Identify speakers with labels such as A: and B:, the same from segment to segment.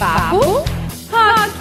A: Papo Rock.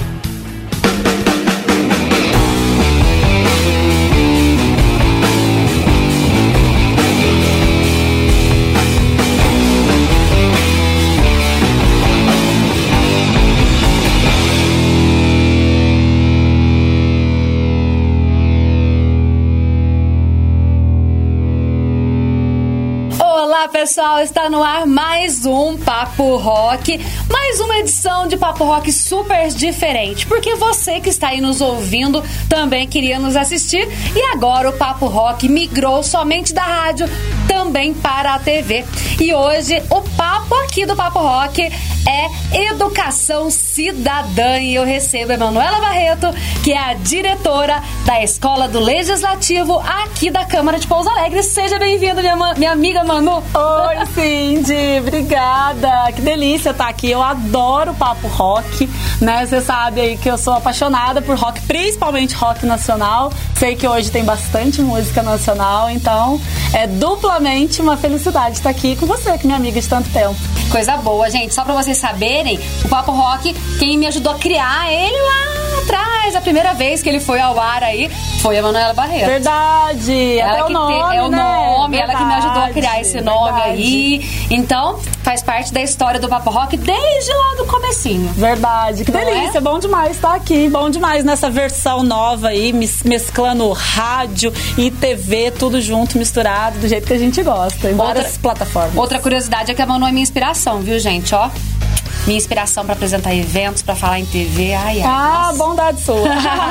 A: Olá pessoal, está no ar mais um Papo Rock, mais uma edição de Papo Rock super diferente, porque você que está aí nos ouvindo também queria nos assistir e agora o Papo Rock migrou somente da rádio também para a TV. E hoje o papo aqui do Papo Rock é educação cidadã e eu recebo a Emanuela Barreto, que é a diretora da Escola do Legislativo aqui da Câmara de Pouso Alegre. Seja bem-vinda, minha amiga Manu.
B: Oi, Cindy, obrigada. Que delícia estar aqui. Eu adoro Papo Rock, né? Você sabe aí que eu sou apaixonada por rock, principalmente rock nacional. Sei que hoje tem bastante música nacional, então é duplamente uma felicidade estar aqui com você, que é minha amiga de tanto tempo.
A: Coisa boa, gente. Só pra vocês saberem, o Papo Rock, quem me ajudou a criar ele lá atrás, a primeira vez que ele foi ao ar aí, foi a Emanuela Barreto.
B: Verdade.
A: Ela
B: até
A: que
B: o nome,
A: é o nome,
B: Verdade.
A: ela que me ajudou a criar esse nome aí. Então, faz parte da história do Papo Rock desde lá do comecinho.
B: Verdade. Que
A: Não
B: delícia.
A: é?
B: Bom demais estar aqui. Bom demais nessa versão nova aí, mesclando rádio e TV, tudo junto, misturado, do jeito que a gente gosta, em várias plataformas.
A: Outra curiosidade é que a Manu é minha inspiração, viu, gente? Ó, minha inspiração pra apresentar eventos, pra falar em TV. Ai, nossa.
B: Bondade sua.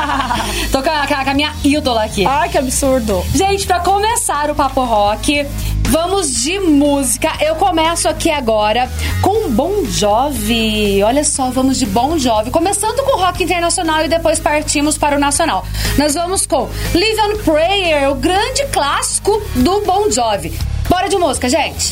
A: Tô com a minha ídola aqui.
B: Ai, que absurdo.
A: Gente, pra começar o Papo Rock, vamos de música. Eu começo aqui agora com Bon Jovi. Olha só, vamos de Bon Jovi. Começando com rock internacional e depois partimos para o nacional. Nós vamos com Live and Prayer, o grande clássico do Bon Jovi. Bora de música, gente!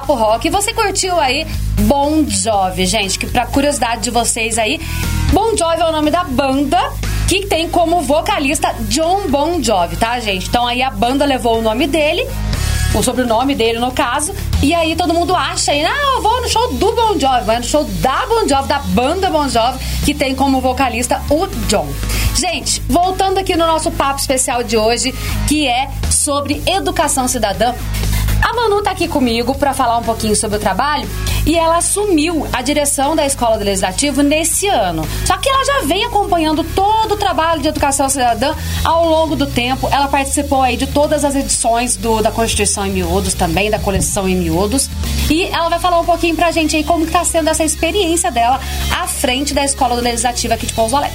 A: Papo Rock. E você curtiu aí Bon Jovi, gente, que pra curiosidade de vocês aí, Bon Jovi é o nome da banda que tem como vocalista Jon Bon Jovi, tá, gente? Então aí a banda levou o nome dele, o sobrenome dele, no caso, e aí todo mundo acha aí, eu vou no show do Bon Jovi, vai no show da Bon Jovi, da banda Bon Jovi, que tem como vocalista o Jon. Gente, voltando aqui no nosso papo especial de hoje, que é sobre educação cidadã, a Manu tá aqui comigo para falar um pouquinho sobre o trabalho e ela assumiu a direção da Escola do Legislativo nesse ano. Só que ela já vem acompanhando todo o trabalho de educação cidadã ao longo do tempo. Ela participou aí de todas as edições da Constituição em Miúdos, também da coleção em Miúdos. E ela vai falar um pouquinho pra gente aí como que tá sendo essa experiência dela à frente da Escola do Legislativo aqui de Pouso Alegre.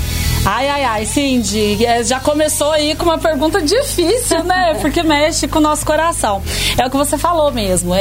B: Ai, Cindy, já começou aí com uma pergunta difícil, né? Porque mexe com o nosso coração. É o que você falou mesmo.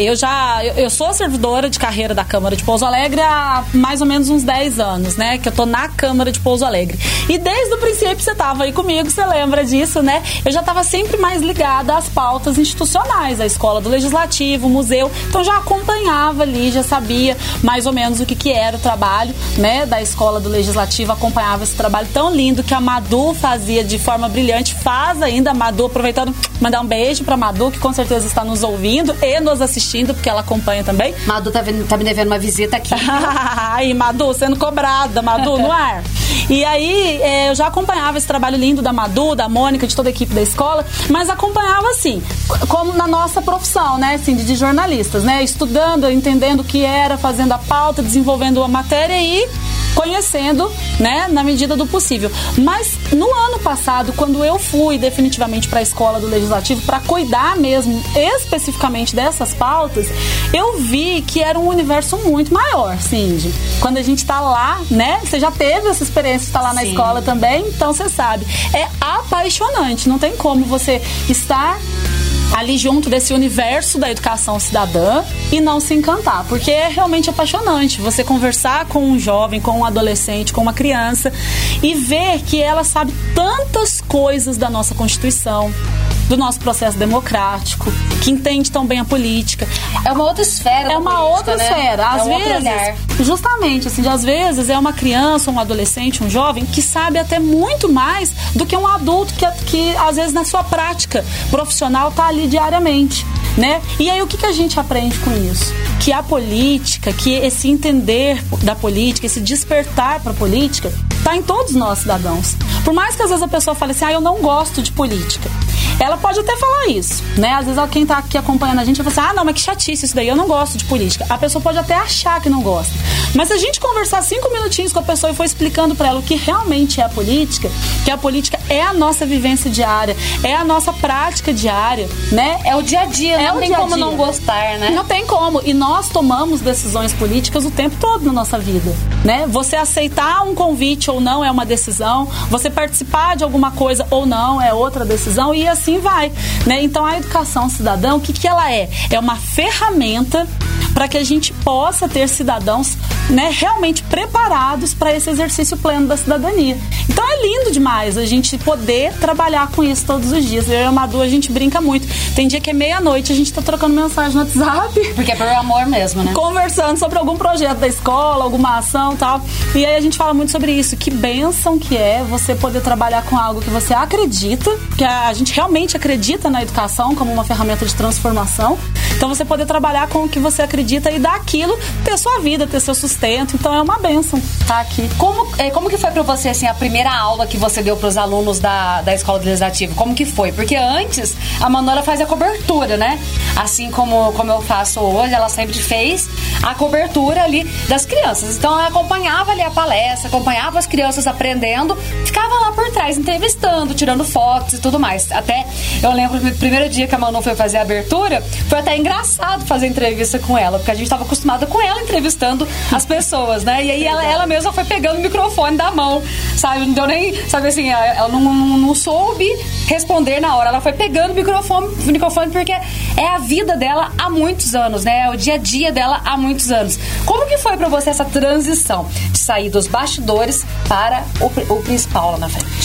B: Eu sou servidora de carreira da Câmara de Pouso Alegre há mais ou menos uns 10 anos, né? Que eu tô na Câmara de Pouso Alegre. E desde o princípio você tava aí comigo, você lembra disso, né? Eu já tava sempre mais ligada às pautas institucionais, a Escola do Legislativo, o museu. Então já acompanhava ali, já sabia mais ou menos o que era o trabalho, né? Da Escola do Legislativo, acompanhava esse trabalho tão lindo que a Madu fazia de forma brilhante, faz ainda. A Madu, aproveitando, mandar um beijo pra Madu, que com certeza está nos ouvindo e nos assistindo, porque ela acompanha também.
A: Madu tá me devendo uma visita aqui.
B: Aí, Madu, sendo cobrada, Madu, no ar. E aí, eu já acompanhava esse trabalho lindo da Madu, da Mônica, de toda a equipe da escola, mas acompanhava assim, como na nossa profissão, né, assim, de jornalistas, né, estudando, entendendo o que era, fazendo a pauta, desenvolvendo a matéria e conhecendo, né, na medida do possível. Mas no ano passado, quando eu fui definitivamente para a Escola do Legislativo para cuidar mesmo especificamente dessas pautas, eu vi que era um universo muito maior, Cindy. Quando a gente tá lá, né, você já teve essa experiência de estar lá na escola também, então você sabe, é apaixonante, não tem como você estar ali junto desse universo da educação cidadã e não se encantar, porque é realmente apaixonante você conversar com um jovem, com um adolescente, com uma criança e ver que ela sabe tantas coisas da nossa Constituição, do nosso processo democrático, que entende tão bem a política.
A: É uma outra esfera.
B: É uma política, outra esfera. Às
A: vezes,
B: justamente, assim, às vezes é uma criança, um adolescente, um jovem que sabe até muito mais do que um adulto que às vezes na sua prática profissional tá ali diariamente, né? E aí o que a gente aprende com isso? Que a política, que esse entender da política, esse despertar para a política, tá em todos nós cidadãos. Por mais que às vezes a pessoa fale assim, eu não gosto de política. Ela pode até falar isso, né? Às vezes quem tá aqui acompanhando a gente vai falar assim, não, mas que chatice isso daí, eu não gosto de política. A pessoa pode até achar que não gosta. Mas se a gente conversar 5 minutinhos com a pessoa e for explicando pra ela o que realmente é a política, que a política é a nossa vivência diária, é a nossa prática diária, né?
A: É o dia a dia, não tem como não gostar, né?
B: Não tem como. E nós tomamos decisões políticas o tempo todo na nossa vida, né? Você aceitar um convite ou não é uma decisão, você participar de alguma coisa ou não é outra decisão e assim vai, né? Então a educação cidadã, o que ela é? É uma ferramenta para que a gente possa ter cidadãos, né, realmente preparados para esse exercício pleno da cidadania. Então é lindo demais a gente poder trabalhar com isso todos os dias. Eu e a Madu, a gente brinca muito. Tem dia que é meia-noite, a gente tá trocando mensagem no WhatsApp.
A: Porque é por amor mesmo, né?
B: Conversando sobre algum projeto da escola, alguma ação e tal. E aí a gente fala muito sobre isso. Que bênção que é você poder trabalhar com algo que você acredita, que a gente realmente acredita na educação como uma ferramenta de transformação. Então você poder trabalhar com o que você acredita e daquilo ter sua vida, ter seu sustento. Então é uma bênção estar aqui.
A: Como que foi pra você, assim, a primeira aula que você deu pros alunos da Escola do Legislativo? Como que foi? Porque antes a Manoela fazia cobertura, né? Assim como eu faço hoje, ela sempre fez a cobertura ali das crianças. Então ela acompanhava ali a palestra, acompanhava as crianças aprendendo, ficava lá por trás entrevistando, tirando fotos e tudo mais. Até eu lembro do primeiro dia que a Manu foi fazer a abertura, foi até engraçado fazer entrevista com ela, porque a gente estava acostumada com ela entrevistando as pessoas, né? E aí ela mesma foi pegando o microfone da mão, sabe? Não deu nem, sabe assim, ela não soube responder na hora. Ela foi pegando o microfone porque é a vida dela há muitos anos, né? É o dia a dia dela há muitos anos. Como que foi pra você essa transição de sair dos bastidores para o principal lá na frente?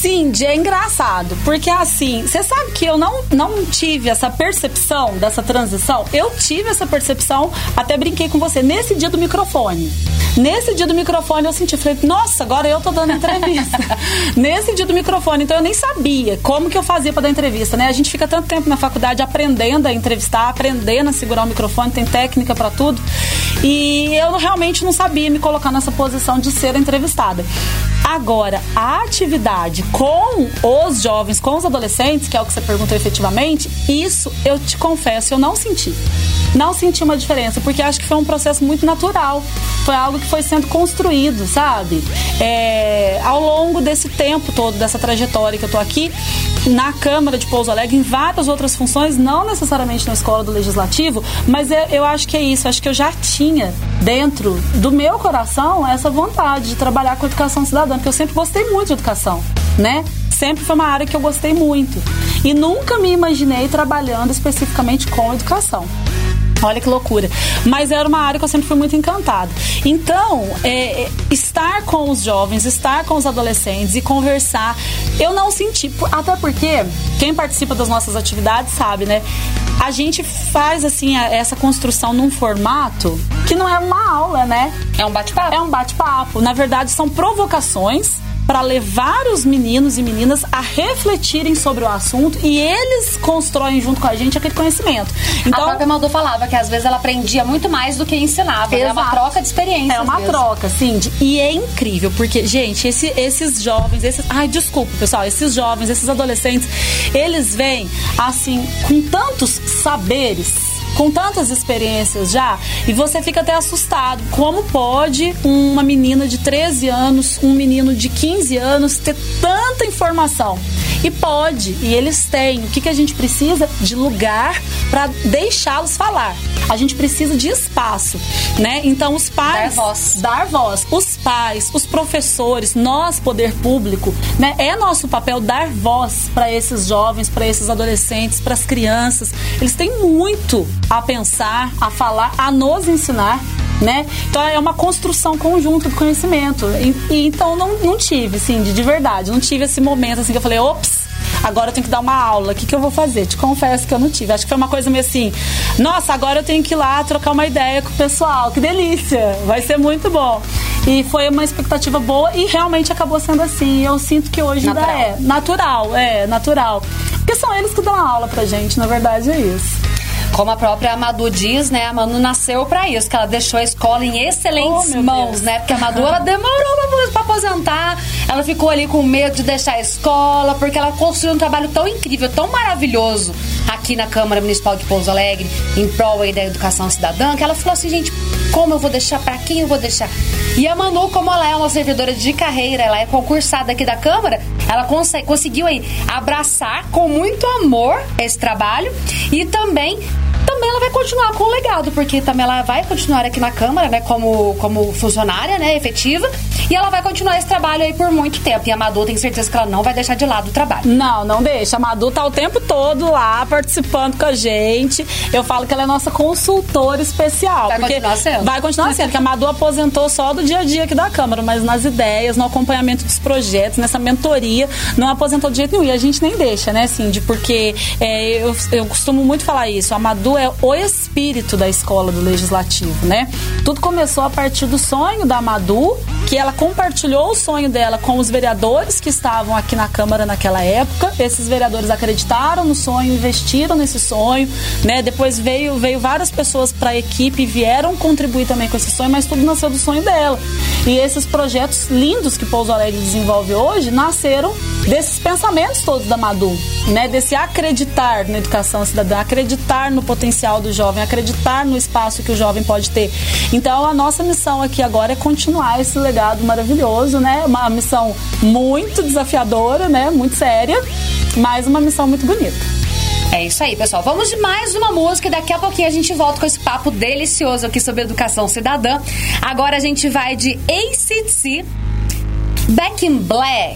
B: Cindy, é engraçado, porque assim, você sabe que eu não tive essa percepção dessa transição? Eu tive essa percepção, até brinquei com você, nesse dia do microfone. Nesse dia do microfone eu senti, falei, nossa, agora eu tô dando entrevista. Nesse dia do microfone, então eu nem sabia como que eu fazia pra dar entrevista, né? A gente fica tanto tempo na faculdade aprendendo a entrevistar, aprendendo a segurar o microfone, tem técnica pra tudo. E eu realmente não sabia me colocar nessa posição de ser entrevistada. Agora, a atividade com os jovens, com os adolescentes, que é o que você perguntou efetivamente, isso eu te confesso, eu não senti. Não senti uma diferença, porque acho que foi um processo muito natural. Foi algo que foi sendo construído, sabe? Ao longo desse tempo todo, dessa trajetória que eu tô aqui, na Câmara de Pouso Alegre, em várias outras funções, não necessariamente na Escola do Legislativo, mas eu acho que é isso. Acho que eu já tinha dentro do meu coração essa vontade de trabalhar com educação cidadã, porque eu sempre gostei muito de educação, né? Sempre foi uma área que eu gostei muito. E nunca me imaginei trabalhando especificamente com educação. Olha que loucura. Mas era uma área que eu sempre fui muito encantada. Então, estar com os jovens, estar com os adolescentes e conversar, eu não senti. Até porque, quem participa das nossas atividades sabe, né? A gente faz, assim, essa construção num formato que não é uma aula, né?
A: É um bate-papo.
B: É um bate-papo. Na verdade, são provocações para levar os meninos e meninas a refletirem sobre o assunto e eles constroem junto com a gente aquele conhecimento.
A: Então, a própria Madu falava que às vezes ela aprendia muito mais do que ensinava. É uma troca de experiências.
B: É uma troca, Cindy. E é incrível, porque, gente, esses jovens, ai, desculpa, pessoal, esses jovens, esses adolescentes, eles vêm, assim, com tantos saberes, com tantas experiências já, e você fica até assustado. Como pode uma menina de 13 anos, um menino de 15 anos ter tanta informação? E pode, e eles têm. O que a gente precisa? De lugar para deixá-los falar. A gente precisa de espaço, né? Então os pais... Dar voz. Os pais, os professores, nós, poder público, né? É nosso papel dar voz para esses jovens, para esses adolescentes, para as crianças. Eles têm muito a pensar, a falar, a nos ensinar, né? Então é uma construção conjunta do conhecimento. E então não tive, assim, de verdade, não tive esse momento assim que eu falei, ops, agora eu tenho que dar uma aula, o que eu vou fazer? Te confesso que eu não tive. Acho que foi uma coisa meio assim, nossa, agora eu tenho que ir lá trocar uma ideia com o pessoal, que delícia, vai ser muito bom. E foi uma expectativa boa e realmente acabou sendo assim. Eu sinto que hoje ainda é natural. Porque são eles que dão a aula pra gente, na verdade é isso.
A: Como a própria Madu diz, né? A Manu nasceu pra isso, que ela deixou a escola em excelentes mãos, né? Porque a Madu, ela demorou pra aposentar, ela ficou ali com medo de deixar a escola, porque ela construiu um trabalho tão incrível, tão maravilhoso aqui na Câmara Municipal de Pouso Alegre, em prol aí da educação cidadã, que ela falou assim, gente, como eu vou deixar? Pra quem eu vou deixar? E a Manu, como ela é uma servidora de carreira, ela é concursada aqui da Câmara, ela conseguiu aí abraçar com muito amor esse trabalho e também ela vai continuar com o legado, porque também ela vai continuar aqui na Câmara, né, como funcionária, né, efetiva, e ela vai continuar esse trabalho aí por muito tempo. E a Madu, tem certeza que ela não vai deixar de lado o trabalho.
B: Não deixa. A Madu tá o tempo todo lá, participando com a gente. Eu falo que ela é nossa consultora especial.
A: Vai continuar sendo.
B: Vai continuar sendo, porque a Madu aposentou só do dia a dia aqui da Câmara, mas nas ideias, no acompanhamento dos projetos, nessa mentoria, não aposentou de jeito nenhum. E a gente nem deixa, né, Cindy? Porque eu costumo muito falar isso. A Madu é o espírito da Escola do Legislativo, né? Tudo começou a partir do sonho da Madu, que ela compartilhou o sonho dela com os vereadores que estavam aqui na Câmara naquela época. Esses vereadores acreditaram no sonho, investiram nesse sonho, né? Depois veio várias pessoas para a equipe e vieram contribuir também com esse sonho, mas tudo nasceu do sonho dela. E esses projetos lindos que Pouso Alegre desenvolve hoje nasceram desses pensamentos todos da Madu, né? Desse acreditar na educação cidadã, acreditar no potencial do jovem, acreditar no espaço que o jovem pode ter. Então a nossa missão aqui agora é continuar esse legado maravilhoso, né? Uma missão muito desafiadora, né? Muito séria, mas uma missão muito bonita.
A: É isso aí, pessoal. Vamos de mais uma música e daqui a pouquinho a gente volta com esse papo delicioso aqui sobre educação cidadã. Agora a gente vai de AC/DC, Back in Black.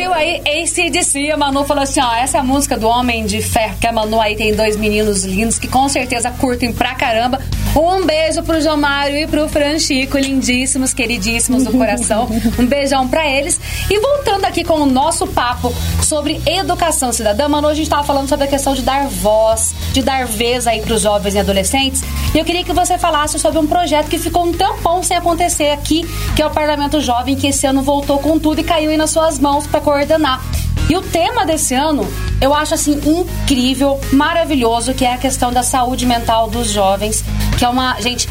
A: pediu aí AC/DC, a Manu falou assim, ó, essa é a música do Homem de Ferro, que a Manu aí tem 2 meninos lindos que com certeza curtem pra caramba. Um beijo pro João Mário e pro Franchico, lindíssimos, queridíssimos do coração. Um beijão pra eles. E voltando aqui com o nosso papo sobre educação cidadã, Manu, a gente tava falando sobre a questão de dar voz, de dar vez aí pros jovens e adolescentes. E eu queria que você falasse sobre um projeto que ficou um tampão sem acontecer aqui, que é o Parlamento Jovem, que esse ano voltou com tudo e caiu aí nas suas mãos para coordenar. E o tema desse ano, eu acho assim incrível, maravilhoso, que é a questão da saúde mental dos jovens, que é uma... Gente,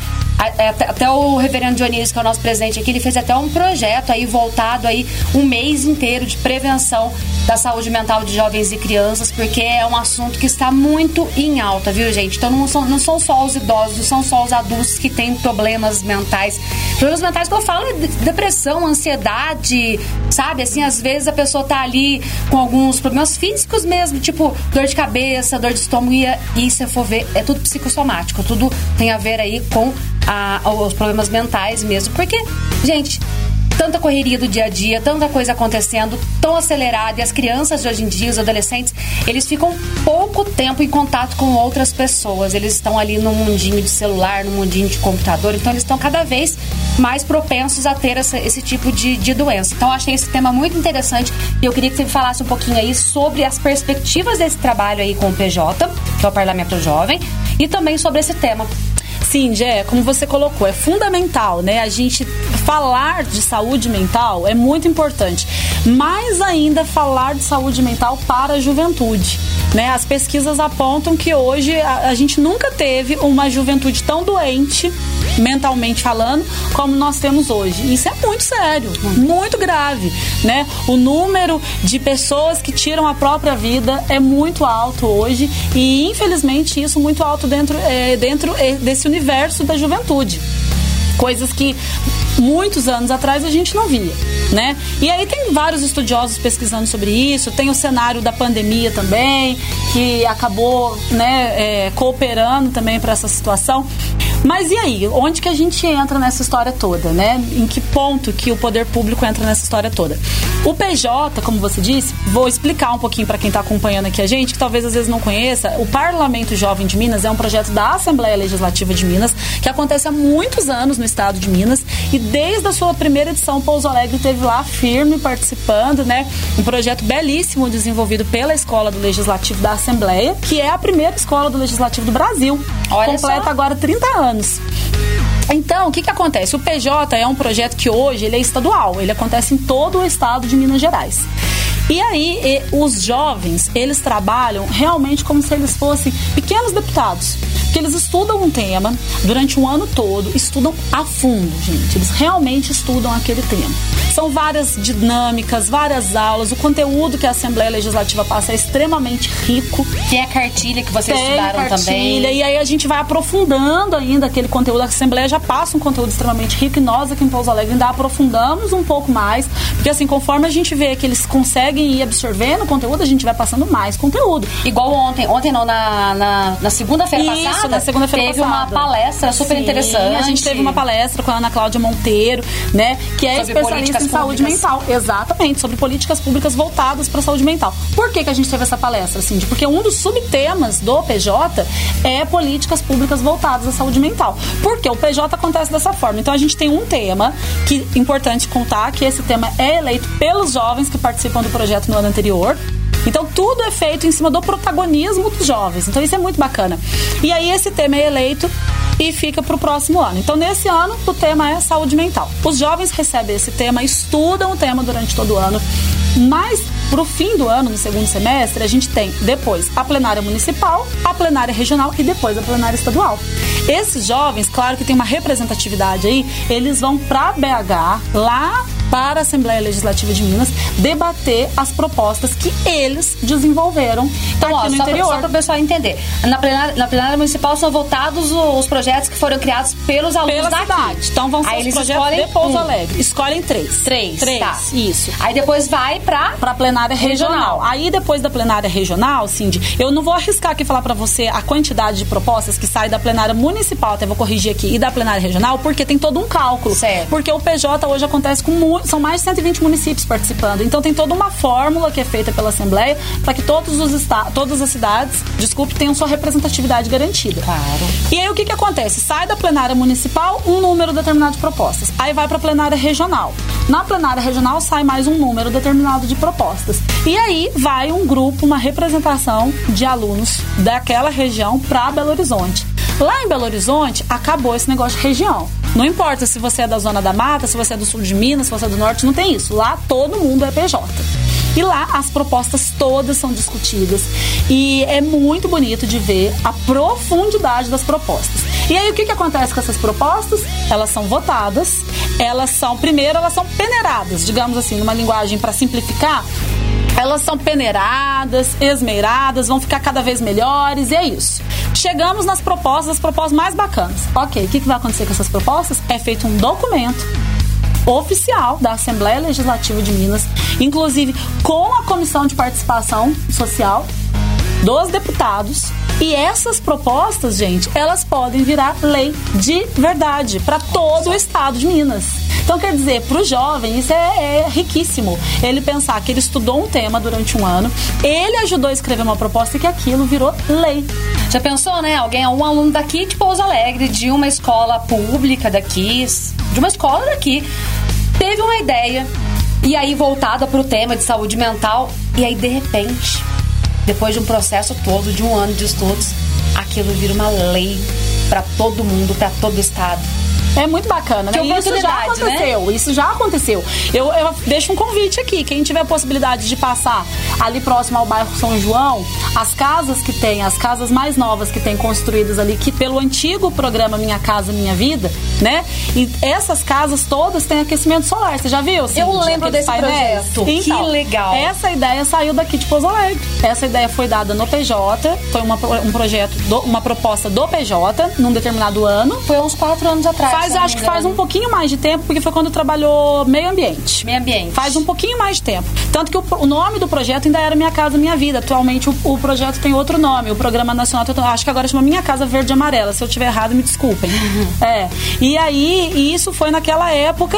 A: até o reverendo Dionísio, que é o nosso presidente aqui, ele fez até um projeto aí voltado aí um mês inteiro de prevenção da saúde mental de jovens e crianças, porque é um assunto que está muito em alta, viu, gente? Então não são só os idosos, não são só os adultos que têm problemas mentais. Problemas mentais que eu falo é depressão, ansiedade, sabe? Assim, às vezes a pessoa tá ali com alguns problemas físicos mesmo, tipo dor de cabeça, dor de estômago, e se eu for ver, é tudo psicossomático, tudo tem a ver aí com os problemas mentais mesmo, porque, gente, tanta correria do dia a dia, tanta coisa acontecendo, tão acelerada, e as crianças de hoje em dia, os adolescentes, eles ficam pouco tempo em contato com outras pessoas, eles estão ali no mundinho de celular, no mundinho de computador, então eles estão cada vez mais propensos a ter esse tipo de doença. Então eu achei esse tema muito interessante e eu queria que você falasse um pouquinho aí sobre as perspectivas desse trabalho aí com o PJ, que é o Parlamento Jovem, e também sobre esse tema.
B: Sim, Jé, como você colocou, é fundamental, né? A gente falar de saúde mental é muito importante. Mais ainda falar de saúde mental para a juventude, né? As pesquisas apontam que hoje a gente nunca teve uma juventude tão doente, mentalmente falando, como nós temos hoje. Isso é muito sério, muito grave, né? O número de pessoas que tiram a própria vida é muito alto hoje e, infelizmente, isso muito alto dentro desse universo da juventude. Coisas que muitos anos atrás a gente não via, né? E aí tem vários estudiosos pesquisando sobre isso, tem o cenário da pandemia também, que acabou, né, cooperando também para essa situação. Mas e aí? Onde que a gente entra nessa história toda, né? Em que ponto que o poder público entra nessa história toda? O PJ, como você disse, vou explicar um pouquinho para quem está acompanhando aqui a gente, que talvez às vezes não conheça, o Parlamento Jovem de Minas é um projeto da Assembleia Legislativa de Minas, que acontece há muitos anos no estado de Minas, e desde a sua primeira edição, Pouso Alegre esteve lá firme participando, né? Um projeto belíssimo desenvolvido pela Escola do Legislativo da Assembleia, que é a primeira escola do Legislativo do Brasil. Olha, completa só agora 30 anos. Então, o que acontece? O PJ é um projeto que hoje ele é estadual, ele acontece em todo o estado de Minas Gerais. E aí, os jovens, eles trabalham realmente como se eles fossem pequenos deputados. Porque eles estudam um tema durante um ano todo, estudam a fundo, gente. Eles realmente estudam aquele tema. São várias dinâmicas, várias aulas. O conteúdo que a Assembleia Legislativa passa é extremamente rico.
A: Tem a cartilha que vocês estudaram também.
B: E aí a gente vai aprofundando ainda aquele conteúdo. A Assembleia já passa um conteúdo extremamente rico e nós aqui em Pouso Alegre ainda aprofundamos um pouco mais. Porque assim, conforme a gente vê que eles conseguem ir absorvendo o conteúdo, a gente vai passando mais conteúdo.
A: Igual ontem não, na segunda-feira passada.
B: Na segunda-feira
A: teve uma palestra super interessante.
B: A gente teve uma palestra com a Ana Cláudia Monteiro, né? Que é sobre especialista em saúde mental. Exatamente, sobre políticas públicas voltadas para a saúde mental. Por que a gente teve essa palestra, Cindy? Porque um dos subtemas do PJ é políticas públicas voltadas à saúde mental. Porque o PJ acontece dessa forma. Então a gente tem um tema que é importante contar, que esse tema é eleito pelos jovens que participam do projeto no ano anterior. Então tudo é feito em cima do protagonismo dos jovens. Então isso é muito bacana. E aí esse tema é eleito e fica para o próximo ano. Então nesse ano o tema é saúde mental. Os jovens recebem esse tema, estudam o tema durante todo o ano. Mas pro fim do ano, no segundo semestre, a gente tem depois a plenária municipal, a plenária regional e depois a plenária estadual. Esses jovens, claro que tem uma representatividade aí, eles vão para BH, lá para a Assembleia Legislativa de Minas, debater as propostas que eles desenvolveram então, aqui no interior.
A: Só para o pessoal entender, na plenária municipal são votados os projetos que foram criados pelos alunos da cidade.
B: Então vão ser
A: aí
B: os projetos de Pouso Alegre. Escolhem três.
A: Três, tá.
B: Isso.
A: Aí depois vai para
B: a plenária regional. Aí depois da plenária regional, Cindy, eu não vou arriscar aqui falar para você a quantidade de propostas que sai da plenária municipal, até vou corrigir aqui, e da plenária regional, porque tem todo um cálculo.
A: Certo.
B: Porque o PJ hoje acontece com são mais de 120 municípios participando. Então tem toda uma fórmula que é feita pela Assembleia para que todas as cidades, tenham sua representatividade garantida.
A: Claro.
B: E aí o que acontece? Sai da plenária municipal um número determinado de propostas. Aí vai para a plenária regional. Na plenária regional sai mais um número determinado de propostas. E aí vai um grupo, uma representação de alunos daquela região para Belo Horizonte. Lá em Belo Horizonte, acabou esse negócio de região. Não importa se você é da Zona da Mata, se você é do sul de Minas, se você é do norte, não tem isso. Lá todo mundo é PJ. E lá as propostas todas são discutidas. E é muito bonito de ver a profundidade das propostas. E aí o que acontece com essas propostas? Elas são votadas, elas são peneiradas, digamos assim, numa linguagem para simplificar. Elas são peneiradas, esmeradas, vão ficar cada vez melhores, e é isso. Chegamos nas propostas, as propostas mais bacanas. Ok, o que vai acontecer com essas propostas? É feito um documento oficial da Assembleia Legislativa de Minas, inclusive com a Comissão de Participação Social dos deputados. E essas propostas, gente, elas podem virar lei de verdade para todo o estado de Minas. Então, quer dizer, para o jovem, isso é riquíssimo. Ele pensar que ele estudou um tema durante um ano, ele ajudou a escrever uma proposta e que aquilo virou lei.
A: Já pensou, né? Um aluno daqui de Pouso Alegre, de uma escola pública daqui, teve uma ideia, e aí voltada para o tema de saúde mental, e aí, de repente, depois de um processo todo, de um ano de estudos, aquilo vira uma lei para todo mundo, para todo o estado.
B: É muito bacana, né? Isso já aconteceu, né? Isso já aconteceu. Eu deixo um convite aqui. Quem tiver a possibilidade de passar ali próximo ao bairro São João, as casas mais novas que tem construídas ali, que pelo antigo programa Minha Casa Minha Vida, né? E essas casas todas têm aquecimento solar. Você já viu?
A: Eu lembro desse projeto.
B: Então,
A: que legal.
B: Essa ideia saiu daqui de Pouso Alegre. Essa ideia foi dada no PJ, foi um projeto, uma proposta do PJ, num determinado ano.
A: Foi uns 4 anos atrás.
B: Acho que faz um pouquinho mais de tempo, porque foi quando trabalhou meio ambiente. Faz um pouquinho mais de tempo. Tanto que o nome do projeto ainda era Minha Casa Minha Vida. Atualmente o projeto tem outro nome. O Programa Nacional, acho que agora chama Minha Casa Verde e Amarela. Se eu estiver errado, me desculpem. E aí, isso foi naquela época.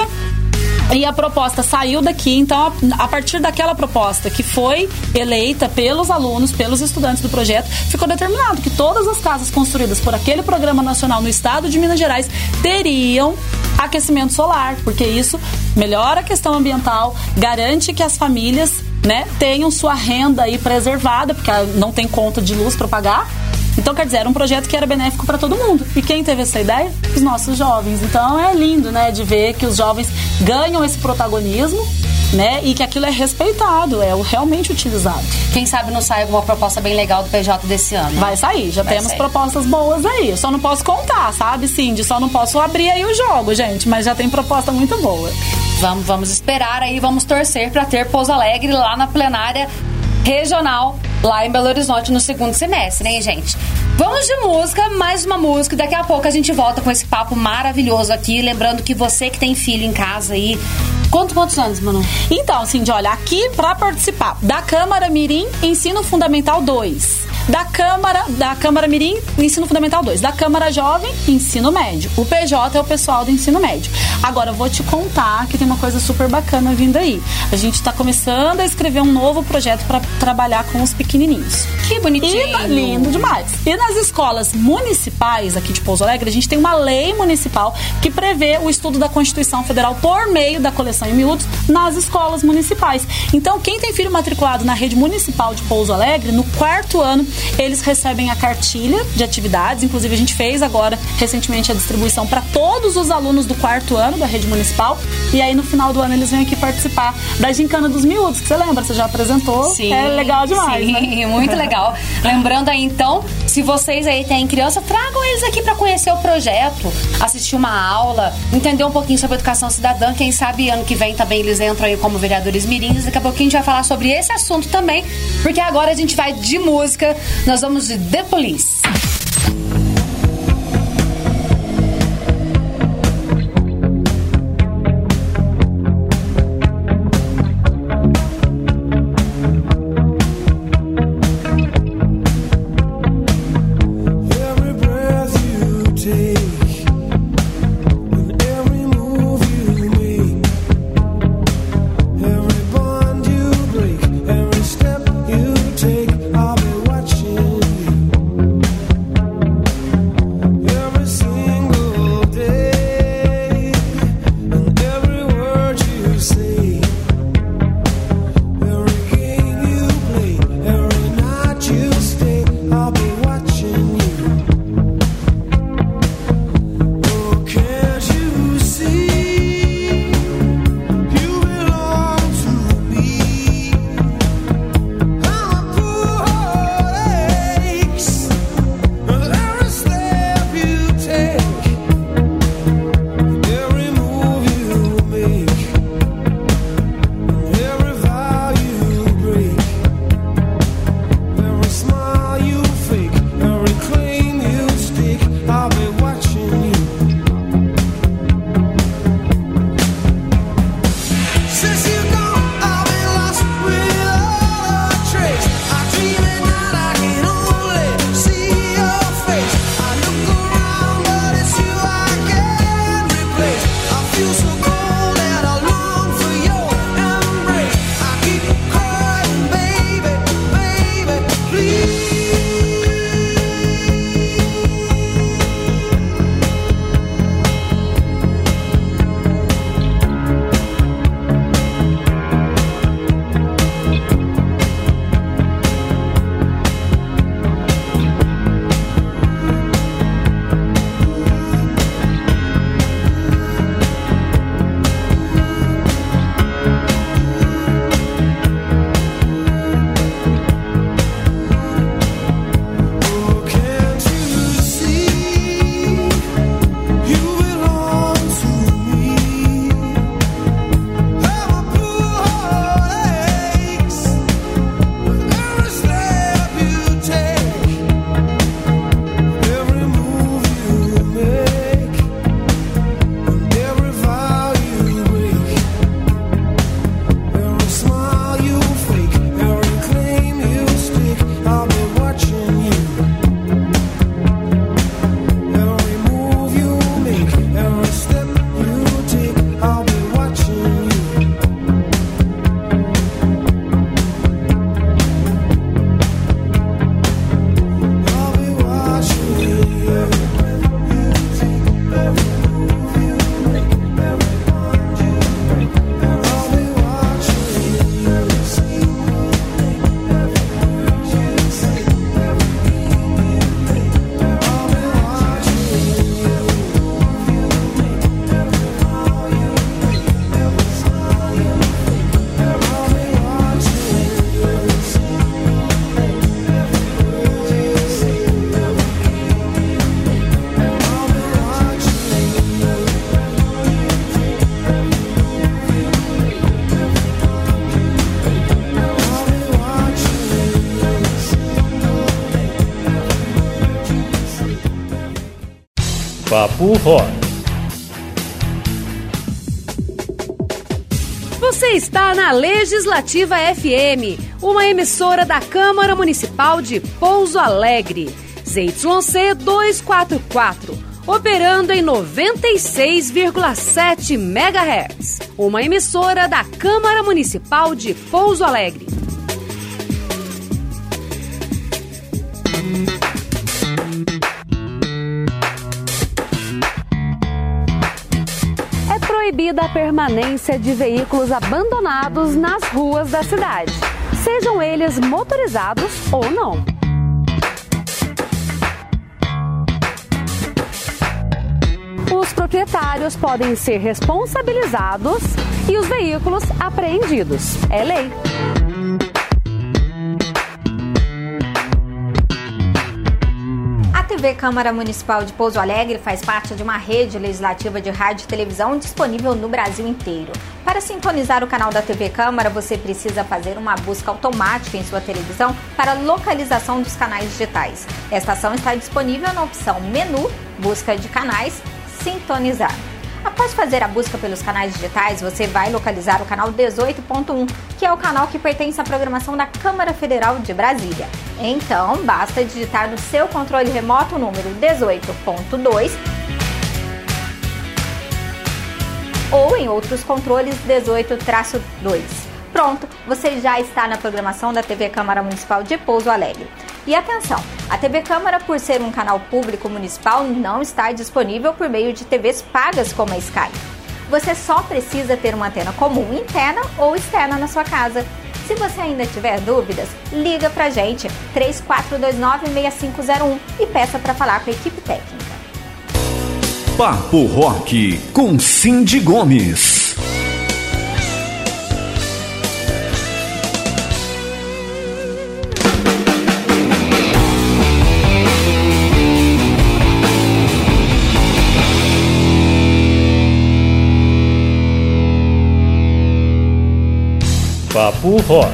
B: E a proposta saiu daqui, então a partir daquela proposta que foi eleita pelos alunos, pelos estudantes do projeto, ficou determinado que todas as casas construídas por aquele programa nacional no estado de Minas Gerais teriam aquecimento solar, porque isso melhora a questão ambiental, garante que as famílias, né, tenham sua renda aí preservada, porque não tem conta de luz para pagar. Então, quer dizer, era um projeto que era benéfico para todo mundo. E quem teve essa ideia? Os nossos jovens. Então, é lindo, né, de ver que os jovens ganham esse protagonismo, né, e que aquilo é respeitado, é realmente utilizado.
A: Quem sabe não sai alguma proposta bem legal do PJ desse ano.
B: Vai sair, temos propostas boas aí. Eu só não posso contar, sabe, Cindy? Só não posso abrir aí o jogo, gente, mas já tem proposta muito boa.
A: Vamos esperar aí, vamos torcer para ter Pouso Alegre lá na plenária regional, lá em Belo Horizonte, no segundo semestre, hein, gente? Vamos de música, mais uma música. Daqui a pouco a gente volta com esse papo maravilhoso aqui. Lembrando que você que tem filho em casa aí... Quantos anos, Manu?
B: Então, Cindy, olha, aqui para participar da Câmara Mirim Ensino Fundamental 2, da Câmara Mirim Ensino Fundamental 2, da Câmara Jovem Ensino Médio. O PJ é o pessoal do ensino médio. Agora, eu vou te contar que tem uma coisa super bacana vindo aí. A gente está começando a escrever um novo projeto para trabalhar com os pequenininhos.
A: Que bonitinho.
B: Lindo demais. E nas escolas municipais aqui de Pouso Alegre, a gente tem uma lei municipal que prevê o estudo da Constituição Federal por meio da coleção em miúdos nas escolas municipais. Então, quem tem filho matriculado na rede municipal de Pouso Alegre, no 4º ano, eles recebem a cartilha de atividades. Inclusive, a gente fez agora, recentemente, a distribuição para todos os alunos do 4º ano da rede municipal. E aí, no final do ano, eles vêm aqui participar da Gincana dos Miúdos, que você lembra, você já apresentou.
A: Sim,
B: é legal demais,
A: sim,
B: né?
A: Muito legal. Lembrando aí, então, se vocês aí têm criança, tragam eles aqui para conhecer o projeto, assistir uma aula, entender um pouquinho sobre educação cidadã. Quem sabe ano que vem também eles entram aí como vereadores mirins. Daqui a pouquinho a gente vai falar sobre esse assunto também, porque agora a gente vai de música. Nós vamos de The Police.
C: Papo Rock.
A: Você está na Legislativa FM, uma emissora da Câmara Municipal de Pouso Alegre. ZYC 244, operando em 96,7 MHz. Uma emissora da Câmara Municipal de Pouso Alegre. É proibida a permanência de veículos abandonados nas ruas da cidade, sejam eles motorizados ou não. Os proprietários podem ser responsabilizados e os veículos apreendidos. É lei.
D: A TV Câmara Municipal de Pouso Alegre faz parte de uma rede legislativa de rádio e televisão disponível no Brasil inteiro. Para sintonizar o canal da TV Câmara, você precisa fazer uma busca automática em sua televisão para localização dos canais digitais. Esta ação está disponível na opção Menu, Busca de Canais, Sintonizar. Após fazer a busca pelos canais digitais, você vai localizar o canal 18.1, que é o canal que pertence à programação da Câmara Federal de Brasília. Então, basta digitar no seu controle remoto o número 18.2 ou em outros controles 18-2. Pronto, você já está na programação da TV Câmara Municipal de Pouso Alegre. E atenção, a TV Câmara, por ser um canal público municipal, não está disponível por meio de TVs pagas como a Sky. Você só precisa ter uma antena comum interna ou externa na sua casa. Se você ainda tiver dúvidas, liga pra gente 3429-6501 e peça para falar com a equipe técnica.
E: Papo Rock com Cindy Gomes.
C: Papo Rock.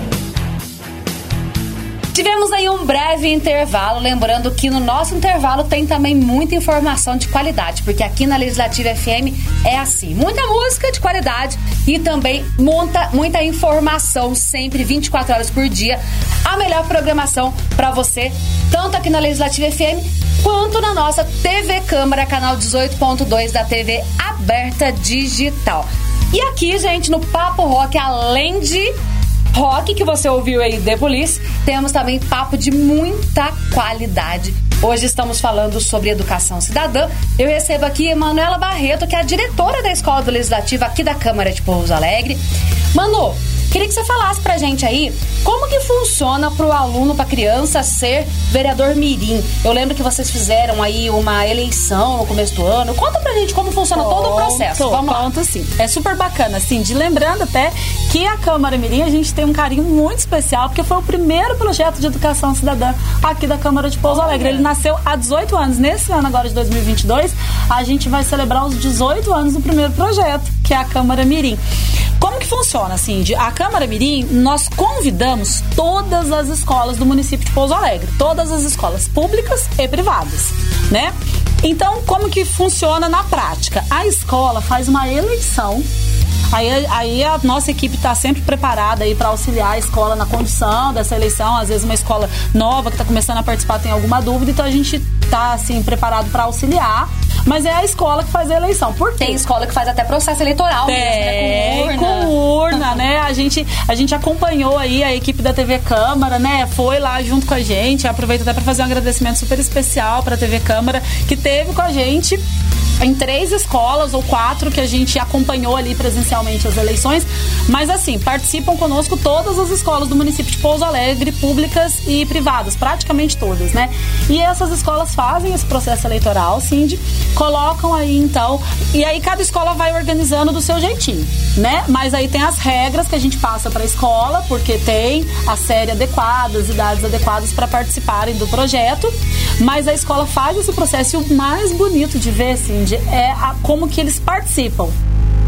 A: Tivemos aí um breve intervalo, lembrando que no nosso intervalo tem também muita informação de qualidade, porque aqui na Legislativa FM é assim, muita música de qualidade e também muita informação, sempre 24 horas por dia, a melhor programação para você, tanto aqui na Legislativa FM quanto na nossa TV Câmara, canal 18.2 da TV aberta digital. E aqui, gente, no Papo Rock, além de rock que você ouviu aí, The Police, temos também papo de muita qualidade. Hoje estamos falando sobre educação cidadã. Eu recebo aqui Emanuela Barreto, que é a diretora da Escola do Legislativo aqui da Câmara de Pouso Alegre. Manu, queria que você falasse pra gente aí como que funciona pro aluno, pra criança ser vereador mirim. Eu lembro que vocês fizeram aí uma eleição no começo do ano. Conta pra gente como funciona todo o processo. Vamos lá.
B: Conto sim. É super bacana, assim, de lembrando até que a Câmara Mirim, a gente tem um carinho muito especial, porque foi o primeiro projeto de educação cidadã aqui da Câmara de Pouso Alegre. Ele nasceu há 18 anos. Nesse ano agora de 2022, a gente vai celebrar os 18 anos do primeiro projeto, que é a Câmara Mirim. Como que funciona, Cindy? A Câmara Mirim, nós convidamos todas as escolas do município de Pouso Alegre, todas as escolas públicas e privadas, né? Então, como que funciona na prática? A escola faz uma eleição. Aí a nossa equipe está sempre preparada aí para auxiliar a escola na condução dessa eleição. Às vezes uma escola nova que está começando a participar tem alguma dúvida, então a gente está assim preparado para auxiliar. Mas é a escola que faz a eleição. Por quê?
A: Tem escola que faz até processo eleitoral mesmo, né?
B: Com urna, né? A gente acompanhou aí a equipe da TV Câmara, né? Foi lá junto com a gente. Aproveito até para fazer um agradecimento super especial para a TV Câmara, que teve com a gente em 3 escolas ou 4 que a gente acompanhou ali presencialmente as eleições, mas assim, participam conosco todas as escolas do município de Pouso Alegre, públicas e privadas, praticamente todas, né? E essas escolas fazem esse processo eleitoral, Cindy, colocam aí então, e aí cada escola vai organizando do seu jeitinho, né? Mas aí tem as regras que a gente passa para a escola, porque tem a série adequada, as idades adequadas para participarem do projeto, mas a escola faz esse processo e o mais bonito de ver, Cindy, é como que eles participam.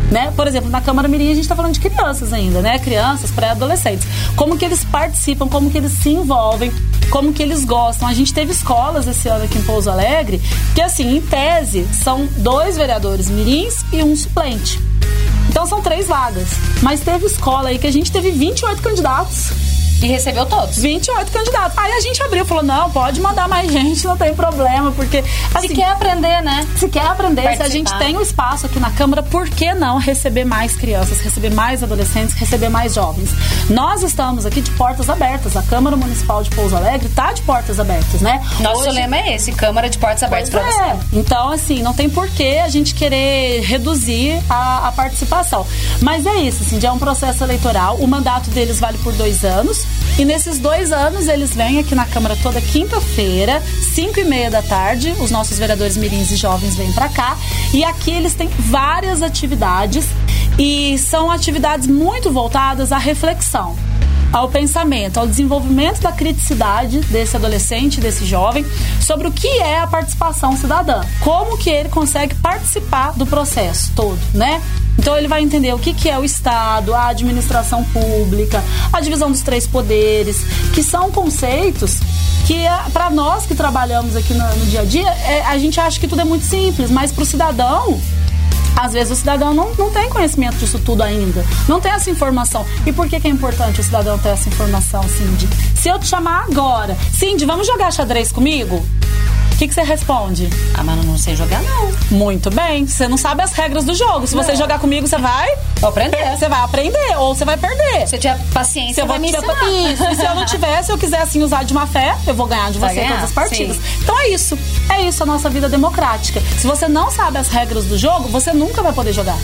B: né? Por exemplo, na Câmara Mirim a gente está falando de crianças ainda, né? Crianças, pré-adolescentes. Como que eles participam, como que eles se envolvem, como que eles gostam. A gente teve escolas esse ano aqui em Pouso Alegre que, assim, em tese, são 2 vereadores mirins e 1 suplente. Então são 3 vagas. Mas teve escola aí que a gente teve 28 candidatos.
A: E recebeu todos.
B: 28 candidatos. Aí a gente abriu e falou, não, pode mandar mais gente, não tem problema, porque... Assim,
A: se quer aprender, né?
B: Se quer aprender, participar. Se a gente tem um espaço aqui na Câmara, por que não receber mais crianças, receber mais adolescentes, receber mais jovens? Nós estamos aqui de portas abertas. A Câmara Municipal de Pouso Alegre está de portas abertas, né?
A: Nosso lema é esse, Câmara de Portas Abertas para você.
B: Então, assim, não tem por que a gente querer reduzir a participação. Mas é isso, assim, já é um processo eleitoral. O mandato deles vale por 2 anos. E nesses 2 anos, eles vêm aqui na Câmara toda quinta-feira, 5h30 da tarde. Os nossos vereadores mirins e jovens vêm pra cá. E aqui eles têm várias atividades. E são atividades muito voltadas à reflexão, ao pensamento, ao desenvolvimento da criticidade desse adolescente, desse jovem, sobre o que é a participação cidadã. Como que ele consegue participar do processo todo, né? Então ele vai entender o que é o Estado, a administração pública, a divisão dos 3 poderes, que são conceitos que, para nós que trabalhamos aqui no dia a dia, a gente acha que tudo é muito simples, mas para o cidadão, às vezes o cidadão não tem conhecimento disso tudo ainda, não tem essa informação. E por que é importante o cidadão ter essa informação, Cindy? Se eu te chamar agora, Cindy, vamos jogar xadrez comigo? O que você responde?
A: Ah, mas eu não sei jogar, não.
B: Muito bem. Você não sabe as regras do jogo. Se você jogar comigo, você vai...
A: Vou aprender.
B: Você vai aprender ou você vai perder.
A: Se eu tiver paciência, eu vou me ensinar.
B: Isso. E se eu não tiver, se eu quiser, assim, usar de má fé, eu vou ganhar de você todas as partidas. Sim. Então é isso. É isso a nossa vida democrática. Se você não sabe as regras do jogo, você nunca vai poder jogar.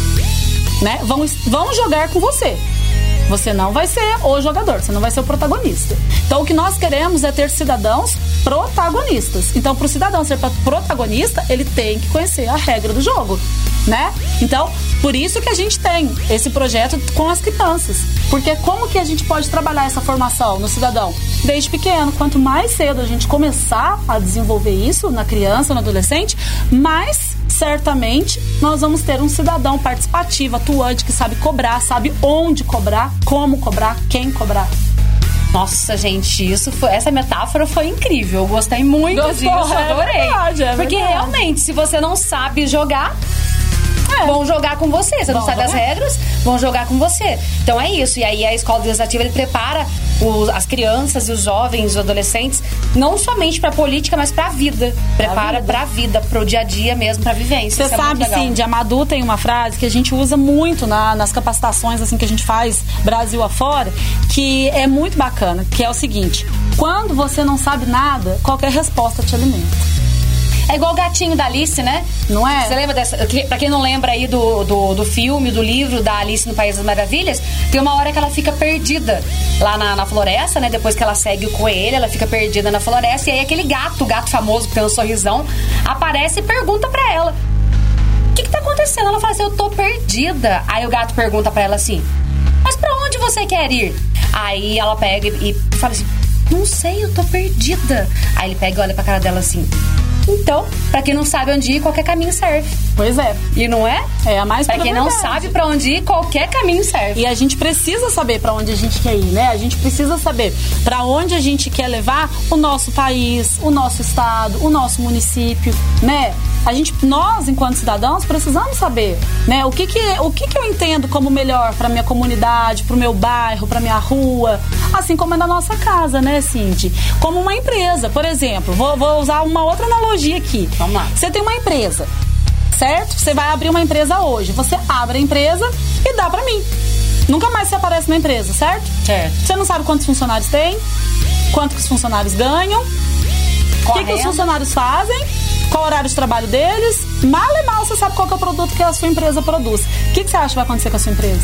B: Né? Vão jogar com você. Você não vai ser o jogador, você não vai ser o protagonista. Então, o que nós queremos é ter cidadãos protagonistas. Então, para o cidadão ser protagonista, ele tem que conhecer a regra do jogo, né? Então, por isso que a gente tem esse projeto com as crianças. Porque como que a gente pode trabalhar essa formação no cidadão? Desde pequeno. Quanto mais cedo a gente começar a desenvolver isso na criança, no adolescente, mais certamente nós vamos ter um cidadão participativo, atuante, que sabe cobrar, sabe onde cobrar, como cobrar, quem cobrar.
A: Nossa, gente, essa metáfora foi incrível. Eu gostei muito disso, adorei.
B: É
A: porque realmente, se você não sabe jogar, vão jogar com você. Você não sabe as regras, vão jogar com você. Então é isso. E aí a Escola Legislativa, ele prepara as crianças e os jovens, os adolescentes, não somente pra política, mas pra vida. Prepara pra vida, pro dia a dia mesmo, pra vivência.
B: Você sabe, Cindy, a Madu tem uma frase que a gente usa muito nas capacitações assim que a gente faz Brasil afora, que é muito bacana, que é o seguinte: quando você não sabe nada, qualquer resposta te alimenta.
A: É igual o gatinho da Alice, né?
B: Não é?
A: Você lembra dessa? Pra quem não lembra aí do filme, do livro da Alice no País das Maravilhas, tem uma hora que ela fica perdida lá na floresta, né? Depois que ela segue o coelho, ela fica perdida na floresta. E aí aquele gato, o gato famoso que tem um sorrisão, aparece e pergunta pra ela: o que tá acontecendo? Ela fala assim: eu tô perdida. Aí o gato pergunta pra ela assim: mas pra onde você quer ir? Aí ela pega e fala assim: não sei, eu tô perdida. Aí ele pega e olha pra cara dela assim: então, pra quem não sabe onde ir, qualquer caminho serve.
B: Pois é.
A: E não é?
B: É a mais
A: pra quem não sabe pra onde ir, qualquer caminho serve.
B: E a gente precisa saber pra onde a gente quer ir, né? A gente precisa saber pra onde a gente quer levar o nosso país, o nosso estado, o nosso município, né? Nós, enquanto cidadãos, precisamos saber, né? O que eu entendo como melhor pra minha comunidade, pro meu bairro, pra minha rua, assim como é na nossa casa, né, Cindy? Como uma empresa, por exemplo. Vou usar uma outra analogia aqui.
A: Vamos lá.
B: Você tem uma empresa, certo? Você vai abrir uma empresa hoje. Você abre a empresa e dá pra mim. Nunca mais você aparece na empresa, certo?
A: Certo.
B: Você não sabe quantos funcionários tem, quanto que os funcionários ganham, o que os funcionários fazem, qual o horário de trabalho deles. Mal e mal você sabe qual que é o produto que a sua empresa produz. O que você acha que vai acontecer com a sua empresa?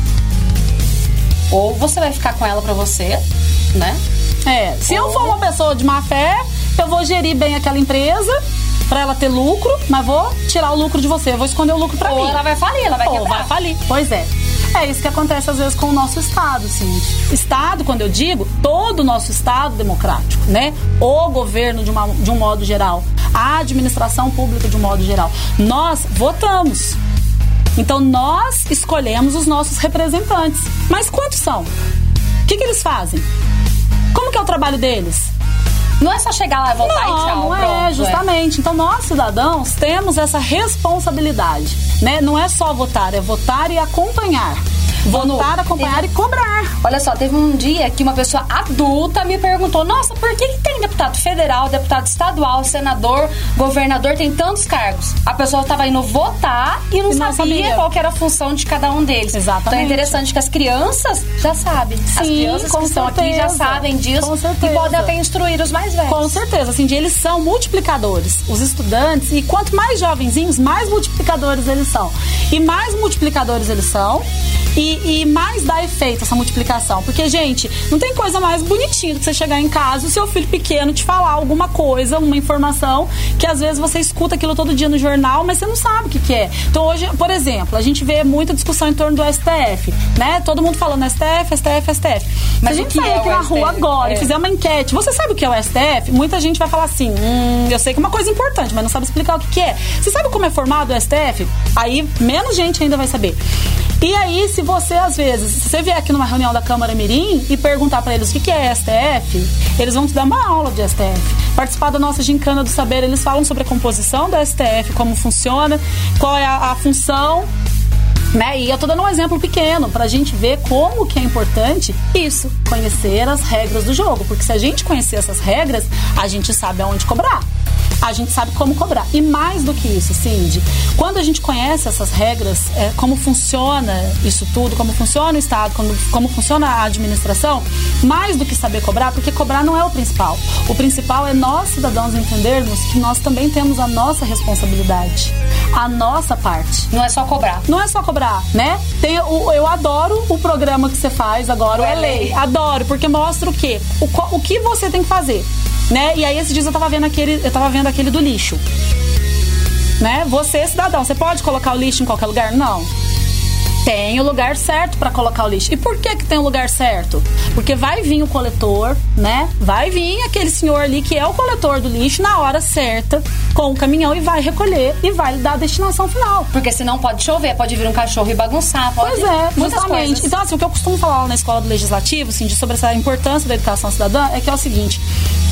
A: Ou você vai ficar com ela pra você, né?
B: Se eu for uma pessoa de má fé, eu vou gerir bem aquela empresa pra ela ter lucro, mas vou tirar o lucro de você, eu vou esconder o lucro pra mim.
A: Ou ela vai falir, ela vai quebrar.
B: Vai falir. Pois é. É isso que acontece às vezes com o nosso Estado, Cindy. Estado, quando eu digo, todo o nosso Estado democrático, né? O governo de um modo geral, a administração pública de um modo geral. Nós votamos. Então nós escolhemos os nossos representantes. Mas quantos são? O que eles fazem? Como que é o trabalho deles?
A: Não é só chegar lá e votar e tchau.
B: Não é, justamente. Então, nós, cidadãos, temos essa responsabilidade, né? Não é só votar, é votar e acompanhar. Votar, acompanhar e cobrar.
A: Olha só, teve um dia que uma pessoa adulta me perguntou: nossa, por que tem deputado federal, deputado estadual, senador, governador, tem tantos cargos? A pessoa estava indo votar e não sabia qual que era a função de cada um deles.
B: Exatamente.
A: Então é interessante que as crianças já sabem.
B: Sim,
A: as crianças que estão aqui já sabem disso.
B: Com certeza.
A: E podem até instruir os mais velhos.
B: Com certeza, assim, eles são multiplicadores, os estudantes, e quanto mais jovenzinhos, mais multiplicadores eles são. E mais multiplicadores eles são, e mais dá efeito essa multiplicação. Porque, gente, não tem coisa mais bonitinha do que você chegar em casa e o seu filho pequeno te falar alguma coisa, uma informação, que às vezes você escuta aquilo todo dia no jornal, mas você não sabe o que é. Então hoje, por exemplo, a gente vê muita discussão em torno do STF, né? Todo mundo falando STF, STF, STF.
A: Mas
B: se a gente sair aqui na rua agora e fizer uma enquete, você sabe o que é o STF? Muita gente vai falar assim, eu sei que é uma coisa importante, mas não sabe explicar o que é. Você sabe como é formado o STF? Aí menos gente ainda vai saber. E aí, se você, às vezes, se você vier aqui numa reunião da Câmara Mirim e perguntar pra eles o que é STF, eles vão te dar uma aula de STF. Participar da nossa gincana do saber, eles falam sobre a composição da STF, como funciona, qual é a função, né? E eu tô dando um exemplo pequeno pra gente ver como que é importante isso, conhecer as regras do jogo, porque se a gente conhecer essas regras, a gente sabe aonde cobrar. A gente sabe como cobrar. E mais do que isso, Cindy, quando a gente conhece essas regras, como funciona isso tudo, como funciona o Estado, como funciona a administração, mais do que saber cobrar, porque cobrar não é o principal. O principal é nós, cidadãos, entendermos que nós também temos a nossa responsabilidade, a nossa parte.
A: Não é só cobrar.
B: Não é só cobrar, né? Eu adoro o programa que você faz agora, o É Lei. Adoro, porque mostra o quê? O que você tem que fazer. Né? E aí esses dias eu tava vendo aquele do lixo, né? Você, cidadão, você pode colocar o lixo em qualquer lugar? Não. Tem o lugar certo para colocar o lixo. E por que tem o lugar certo? Porque vai vir o coletor, né? Vai vir aquele senhor ali que é o coletor do lixo na hora certa, com o caminhão, e vai recolher e vai lhe dar a destinação final.
A: Porque senão pode chover, pode vir um cachorro e bagunçar, pode...
B: Pois é,
A: muitas
B: justamente.
A: coisas.
B: Então, assim, o que eu costumo falar lá na escola do Legislativo, assim, sobre essa importância da educação cidadã, é que é o seguinte...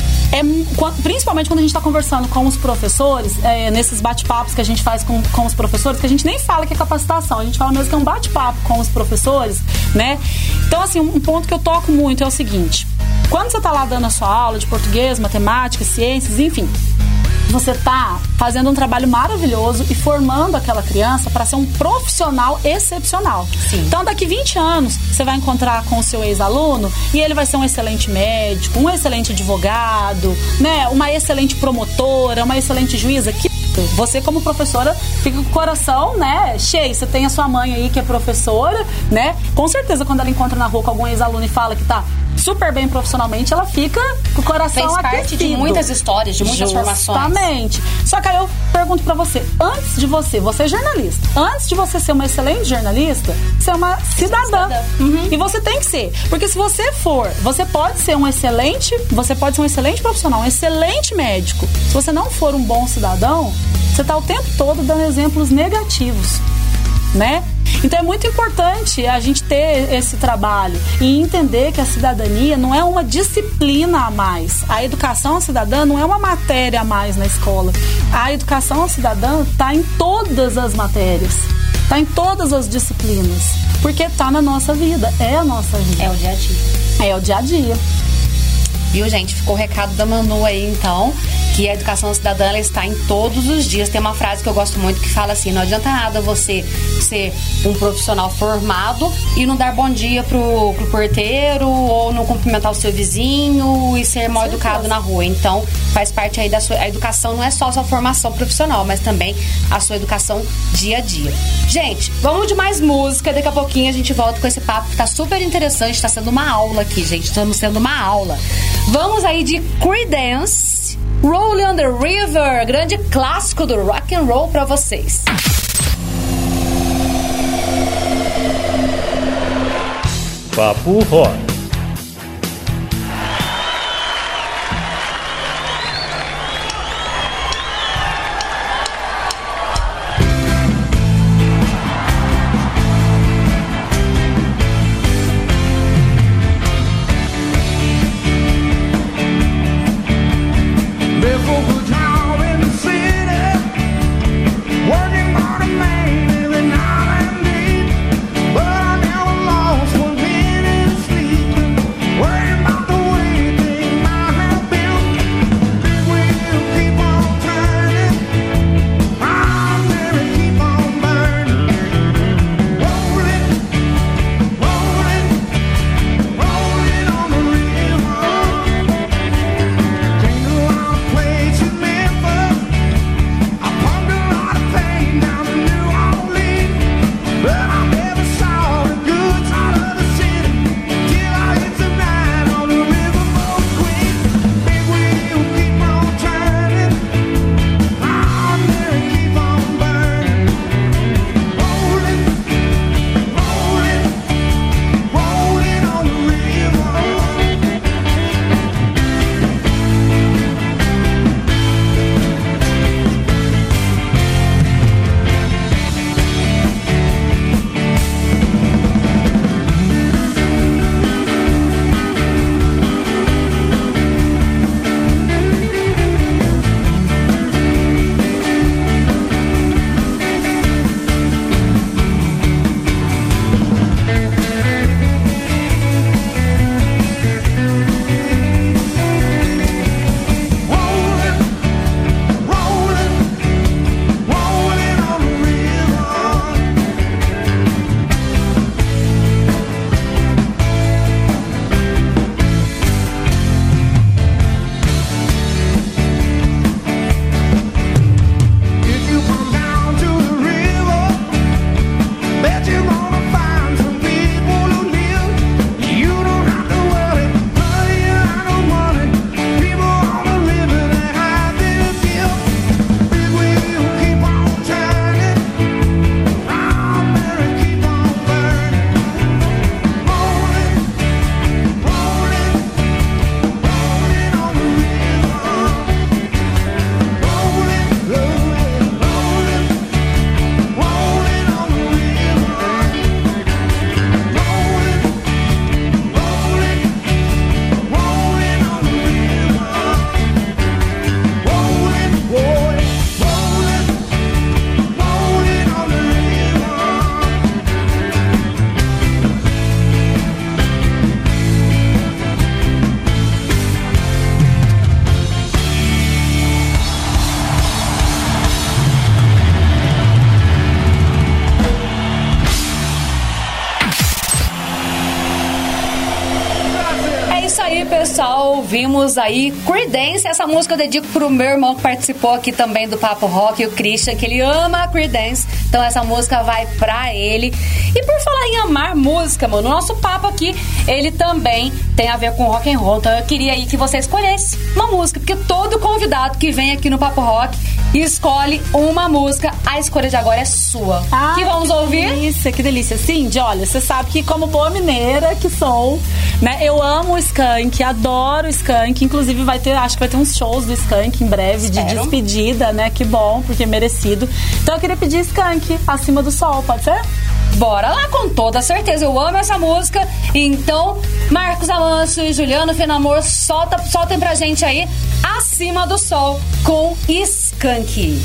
B: principalmente quando a gente está conversando com os professores, nesses bate-papos que a gente faz com os professores, que a gente nem fala que é capacitação, a gente fala mesmo que é um bate-papo com os professores, né? Então, assim, um ponto que eu toco muito é o seguinte: quando você está lá dando a sua aula de português, matemática, ciências, enfim, você está fazendo um trabalho maravilhoso e formando aquela criança para ser um profissional excepcional.
A: Sim.
B: Então, daqui 20 anos, você vai encontrar com o seu ex-aluno e ele vai ser um excelente médico, um excelente advogado, né? Uma excelente promotora, uma excelente juíza. Você, como professora, fica com o coração, né, cheio. Você tem a sua mãe aí que é professora, né? Com certeza, quando ela encontra na rua com algum ex-aluno e fala que tá super bem profissionalmente, ela fica com o coração aquecido.
A: Fez parte de muitas histórias, de muitas formações.
B: Justamente. Só que aí eu pergunto pra você, antes de você é jornalista, antes de você ser uma excelente jornalista, você é uma cidadã.
A: Uhum.
B: E você tem que ser. Porque se você for, você pode ser um excelente profissional, um excelente médico. Se você não for um bom cidadão, você tá o tempo todo dando exemplos negativos, né? Então é muito importante a gente ter esse trabalho e entender que a cidadania não é uma disciplina a mais. A educação cidadã não é uma matéria a mais na escola. A educação cidadã está em todas as matérias, está em todas as disciplinas, porque está na nossa vida, é a nossa vida.
A: É o dia a dia.
B: É o dia a dia.
A: Viu, gente? Ficou o recado da Manu aí, então, que a educação cidadã, ela está em todos os dias. Tem uma frase que eu gosto muito que fala assim: não adianta nada você ser um profissional formado e não dar bom dia pro porteiro, ou não cumprimentar o seu vizinho e ser mal educado na rua. Então, faz parte aí da sua... A educação não é só a sua formação profissional, mas também a sua educação dia a dia. Gente, vamos de mais música. Daqui a pouquinho a gente volta com esse papo que tá super interessante. Tá sendo uma aula aqui, gente. Estamos sendo uma aula. Vamos aí de Creedence, Rolling on the River, grande clássico do rock and roll pra vocês.
E: Papo Rock.
A: pessoal, ouvimos aí Creedence. Essa música eu dedico pro meu irmão que participou aqui também do Papo Rock, o Christian, que ele ama Creedence. Então essa música vai pra ele. E por falar em amar música, mano, o nosso papo aqui, ele também tem a ver com rock and roll. Então eu queria aí que você escolhesse uma música, porque todo convidado que vem aqui no Papo Rock escolhe uma música. A escolha de agora é sua. Que vamos ouvir?
B: Que delícia. Cindy, olha, você sabe que como boa mineira que sou, né, eu amo o Skank, adoro o Skank, inclusive acho que vai ter uns shows do Skank em breve, de despedida, né, que bom, porque é merecido. Então eu queria pedir Skank, Acima do Sol, pode ser?
A: Bora lá, com toda certeza, eu amo essa música. Então, Marcos Amancio e Juliano Finamor, soltem pra gente aí Acima do Sol com Skank.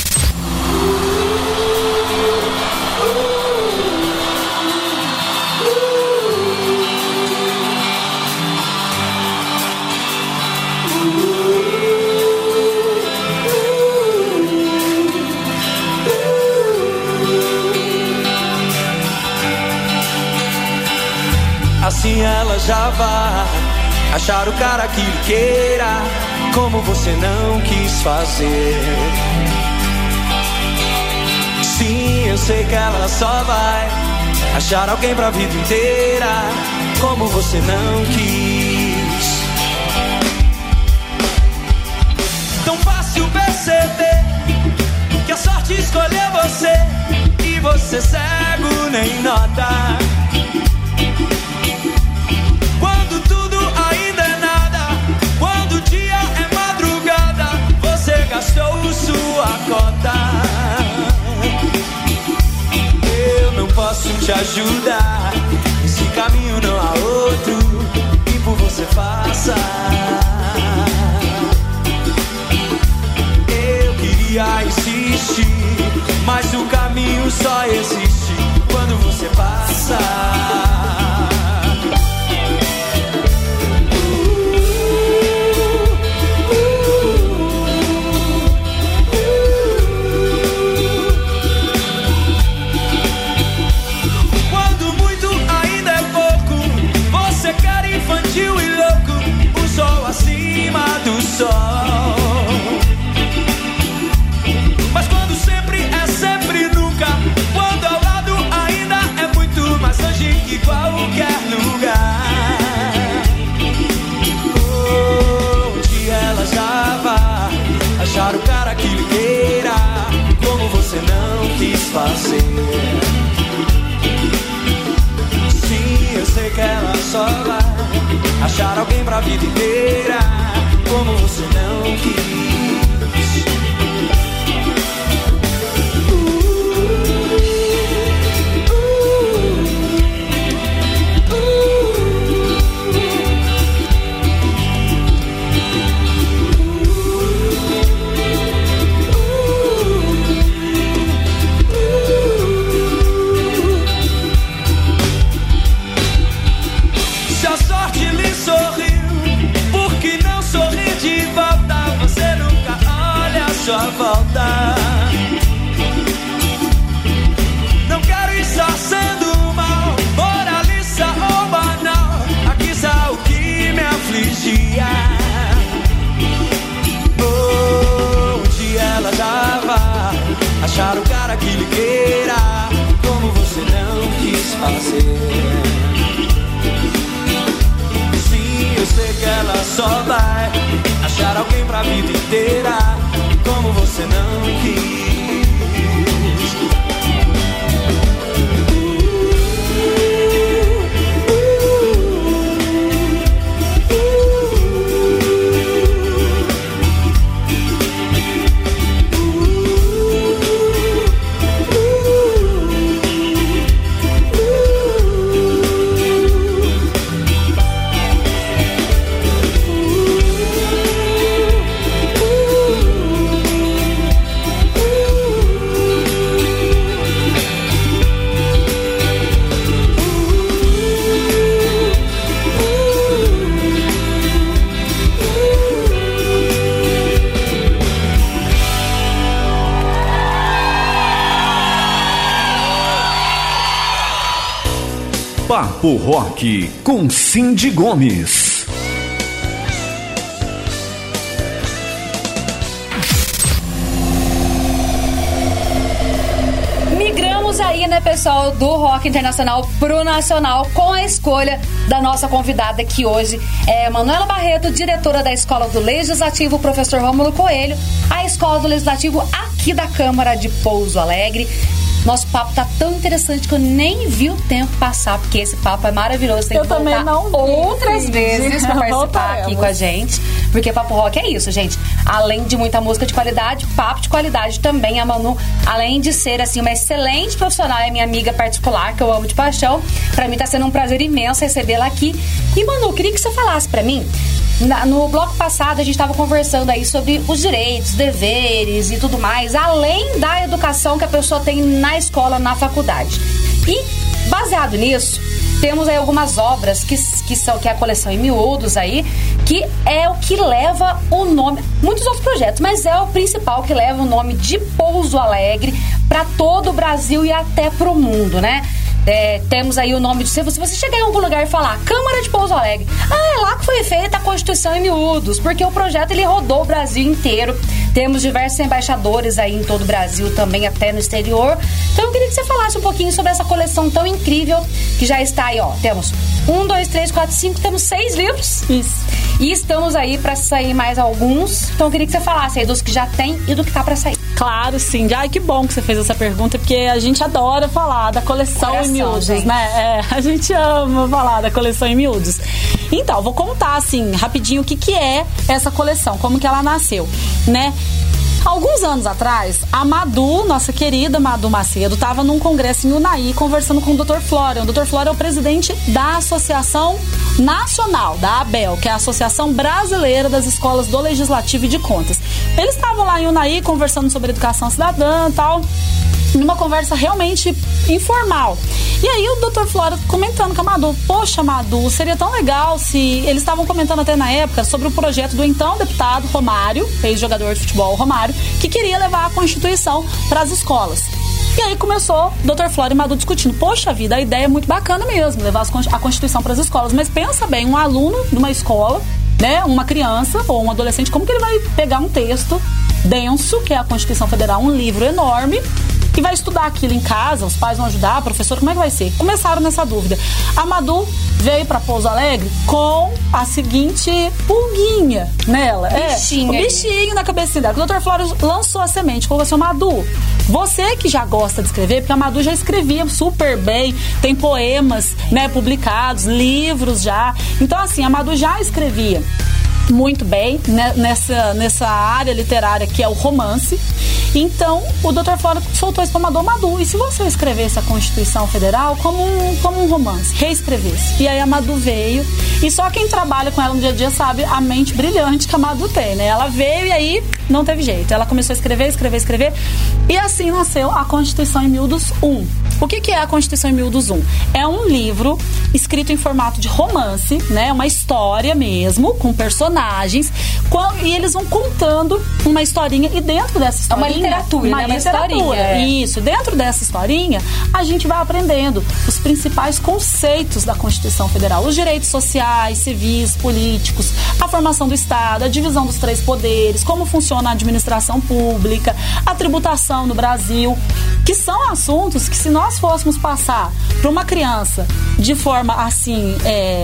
C: Assim ela já vai achar o cara que lhe queira, como você não quis fazer. Sim, eu sei que ela só vai achar alguém pra vida inteira, como você não quis. Tão fácil perceber que a sorte escolheu você, e você cego nem nota. Quando tudo ainda é nada, quando o dia é madrugada, você gastou sua cota. Eu não posso te ajudar, esse caminho não há outro, e por você faça. Eu queria insistir, mas o caminho só existe quando você passa. Infantil e louco, o sol acima do sol. Mas quando sempre é sempre nunca, quando ao lado ainda é muito mais longe que qualquer lugar. Onde ela já vai achar o cara que lhe queira, como você não quis fazer. Sim, eu sei que ela só vai achar alguém pra vida inteira, como você não quis. Se a sorte lhe sorriu, por que não sorrir de volta? Você nunca olha a sua volta. Não quero estar sendo mal, moralista ou banal, aqui está o que me afligia. Onde ela já vai achar o cara que lhe queira, como você não quis fazer. Eu sei que ela só vai achar alguém pra vida inteira, como você não quis.
F: Papo Rock com Cindy Gomes.
A: pessoal, do rock internacional pro nacional, com a escolha da nossa convidada aqui hoje, Manuela Barreto, diretora da Escola do Legislativo, professor Rômulo Coelho, a Escola do Legislativo aqui da Câmara de Pouso Alegre. Nosso papo tá tão interessante que eu nem vi o tempo passar, porque esse papo é maravilhoso. Tem que voltar outras vezes pra participar aqui com a gente, porque Papo Rock é isso, gente. Além de muita música de qualidade, papo de qualidade também. A Manu, além de ser assim uma excelente profissional, é minha amiga particular, que eu amo de paixão. Pra mim tá sendo um prazer imenso recebê-la aqui. E Manu, queria que você falasse pra mim, no bloco passado a gente estava conversando aí sobre os direitos, deveres e tudo mais, além da educação que a pessoa tem na escola, na faculdade. E baseado nisso, temos aí algumas obras que é a coleção em miúdos aí, que é o que leva o nome, muitos outros projetos, mas é o principal que leva o nome de Pouso Alegre para todo o Brasil e até pro mundo, né? Temos aí o nome de... Se você chegar em algum lugar e falar Câmara de Pouso Alegre, é lá que foi feita a Constituição em miúdos, porque o projeto ele rodou o Brasil inteiro. Temos diversos embaixadores aí em todo o Brasil, também até no exterior. Então eu queria que você falasse um pouquinho sobre essa coleção tão incrível que já está aí, ó. Temos 1, 2, 3, 4, 5, temos 6 livros.
B: Isso.
A: E estamos aí para sair mais alguns. Então eu queria que você falasse aí dos que já tem e do que tá para sair.
B: Claro, sim. Ai, que bom que você fez essa pergunta, porque a gente adora falar da coleção em miúdos, gente, né? A gente ama falar da coleção em miúdos. Então, vou contar, assim, rapidinho o que é essa coleção, como que ela nasceu, né? Alguns anos atrás, a Madu, nossa querida Madu Macedo, estava num congresso em Unai conversando com o Dr. Flório. O Dr. Flório é o presidente da Associação Nacional, da ABEL, que é a Associação Brasileira das Escolas do Legislativo e de Contas. Eles estavam lá em Unai conversando sobre educação cidadã e tal, numa conversa realmente informal. E aí o Dr. Flório comentando com a Madu, poxa, Madu, seria tão legal se... Eles estavam comentando até na época sobre o projeto do então deputado Romário, ex-jogador de futebol Romário, que queria levar a Constituição para as escolas. E aí começou Dr. Flório e Madu discutindo, poxa vida, a ideia é muito bacana mesmo, levar a Constituição para as escolas, mas pensa bem, um aluno de uma escola, né, uma criança ou um adolescente, como que ele vai pegar um texto denso, que é a Constituição Federal, um livro enorme, e vai estudar aquilo em casa, os pais vão ajudar, a professora, como é que vai ser? Começaram nessa dúvida. A Madu veio para Pouso Alegre com a seguinte pulguinha nela. O bichinho na cabecinha dela. O Dr. Flório lançou a semente, falou assim, Madu, você que já gosta de escrever, porque a Madu já escrevia super bem, tem poemas, né, publicados, livros já. Então, assim, a Madu já escrevia muito bem, né, nessa área literária que é o romance. Então, o Dr. Flório soltou isso para Madu, e se você escrevesse a Constituição Federal como um romance, reescrevesse? E aí a Madu veio, e só quem trabalha com ela no dia a dia sabe a mente brilhante que a Madu tem, né? Ela veio e aí não teve jeito. Ela começou a escrever, e assim nasceu a Constituição em miúdos 1. O que é a Constituição em miúdos 1? É um livro escrito em formato de romance, né? Uma história mesmo, com personagens, e eles vão contando uma historinha, e dentro dessa historinha...
A: Uma literatura, né? Uma
B: literatura. Isso. Dentro dessa historinha, a gente vai aprendendo os principais conceitos da Constituição Federal. Os direitos sociais, civis, políticos, a formação do Estado, a divisão dos 3 poderes, como funciona a administração pública, a tributação no Brasil, que são assuntos que, se nós fôssemos passar para uma criança de forma assim...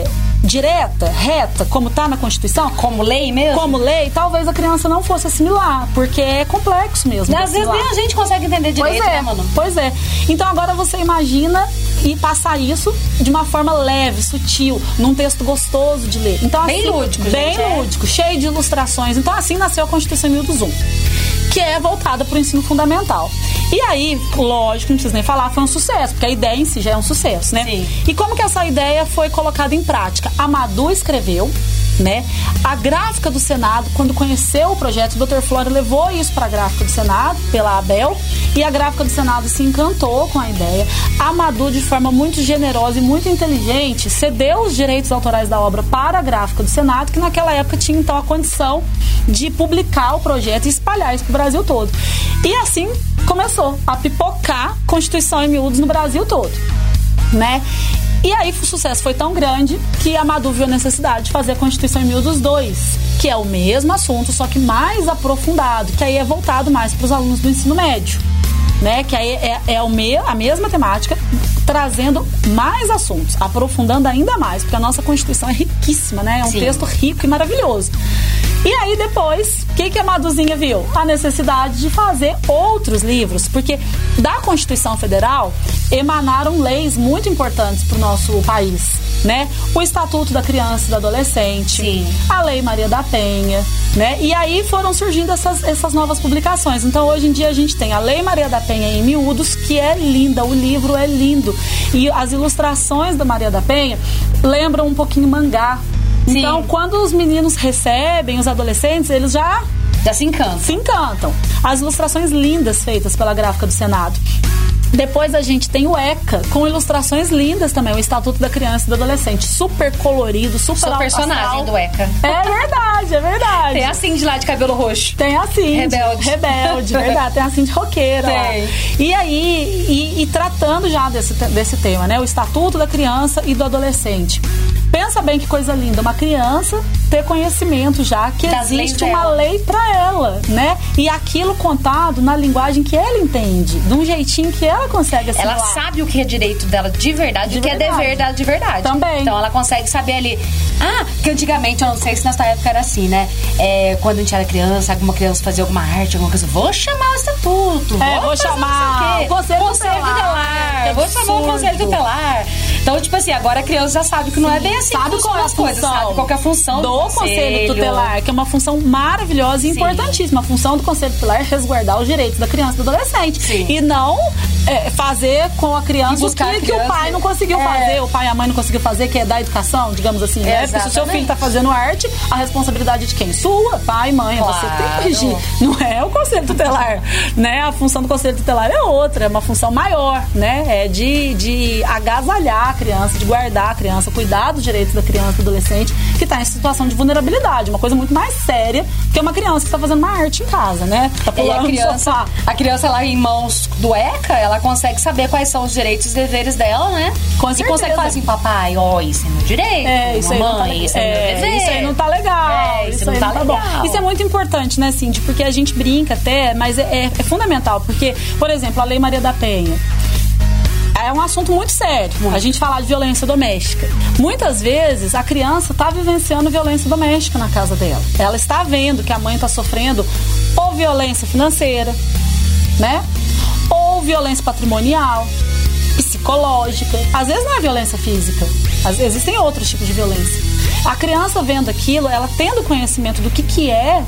B: direta, reta, como está na Constituição,
A: como lei mesmo,
B: talvez a criança não fosse assimilar, porque é complexo mesmo.
A: Às vezes nem a gente consegue entender direito, né, Manu?
B: Pois é. Então agora você imagina e passar isso de uma forma leve, sutil, num texto gostoso de ler. Então,
A: bem
B: assim,
A: lúdico,
B: bem lúdico, cheio de ilustrações. Então assim nasceu a Constituição em miúdos 1, que é voltada para o ensino fundamental. E aí, lógico, não precisa nem falar, foi um sucesso, porque a ideia em si já é um sucesso, né?
A: Sim.
B: E como que essa ideia foi colocada em prática? A Madu escreveu, né? A gráfica do Senado, quando conheceu o projeto, o Dr. Flório levou isso para a gráfica do Senado, pela ABEL, e a gráfica do Senado se encantou com a ideia. A Madu, de forma muito generosa e muito inteligente, cedeu os direitos autorais da obra para a gráfica do Senado, que naquela época tinha então a condição de publicar o projeto e espalhar isso para o Brasil todo. E assim começou a pipocar Constituição em miúdos no Brasil todo, né? E aí o sucesso foi tão grande que a Madu viu a necessidade de fazer a Constituição em miúdos 2, que é o mesmo assunto, só que mais aprofundado, que aí é voltado mais para os alunos do ensino médio. né? Que aí é a mesma temática, trazendo mais assuntos, aprofundando ainda mais, porque a nossa Constituição é riquíssima, né? É um texto rico e maravilhoso. E aí depois, o que a Maduzinha viu? A necessidade de fazer outros livros, porque da Constituição Federal emanaram leis muito importantes para o nosso país, né? O Estatuto da Criança e do Adolescente, a Lei Maria da Penha, né? E aí foram surgindo essas novas publicações. Então hoje em dia a gente tem a Lei Maria da Penha em miúdos, que é linda, o livro é lindo. E as ilustrações da Maria da Penha lembram um pouquinho mangá. Então, quando os meninos recebem, os adolescentes, eles já
A: se encantam.
B: Se encantam. As ilustrações lindas feitas pela Gráfica do Senado. Depois a gente tem o ECA, com ilustrações lindas também, o Estatuto da Criança e do Adolescente. Super colorido, super
A: Sou personagem do ECA.
B: É verdade, é verdade.
A: Tem a Cindy lá de cabelo roxo.
B: Tem a Cindy.
A: Rebelde,
B: verdade. Tem a Cindy roqueira lá. E aí, tratando já desse tema, né? O Estatuto da Criança e do Adolescente. Pensa bem que coisa linda, uma criança ter conhecimento já que existe uma lei pra ela, né? E aquilo contado na linguagem que ela entende, de um jeitinho que ela consegue assimilar.
A: Ela sabe o que é direito dela de verdade e o que é dever dela de verdade.
B: Também.
A: Então ela consegue saber ali. Que antigamente, eu não sei se nessa época era assim, né? Quando a gente era criança, alguma criança fazia alguma arte, alguma coisa, vou chamar o estatuto.
B: Vou chamar o Conselho Tutelar.
A: Vou chamar o Conselho Tutelar. Então, tipo assim, agora a criança já sabe que não é bem assim.
B: Sabe qual é a função?
A: Sabe qual é a função
B: do Conselho Tutelar, que é uma função maravilhosa e importantíssima. A função do Conselho Tutelar é resguardar os direitos da criança e do adolescente. E não fazer com a criança o que o pai não conseguiu fazer, o pai e a mãe não conseguiu fazer, que é dar educação, digamos assim, né? Porque se o seu filho está fazendo arte, a responsabilidade é de quem? Sua, pai, mãe, você tem que corrigir. Não é o Conselho Tutelar, né? A função do Conselho Tutelar é outra, é uma função maior, né? É de agasalhar a criança, de guardar a criança, cuidar dos direitos da criança e do adolescente que está em situação de vulnerabilidade, uma coisa muito mais séria que uma criança que está fazendo uma arte em casa, né? Tá pulando no sofá.
A: A criança lá em mãos do ECA, ela consegue saber quais são os direitos e deveres dela, né? E consegue falar assim, papai, isso é meu direito,
B: isso
A: mamãe, isso é meu dever.
B: Isso aí não tá legal, isso aí não tá bom. Isso é muito importante, né, Cindy? Porque a gente brinca até, mas é fundamental, porque, por exemplo, a Lei Maria da Penha é um assunto muito sério, a gente falar de violência doméstica. Muitas vezes a criança está vivenciando violência doméstica na casa dela. Ela está vendo que a mãe está sofrendo ou violência financeira, né? Ou violência patrimonial, psicológica. Às vezes não é violência física, existem outros tipos de violência. A criança vendo aquilo, ela tendo conhecimento do que é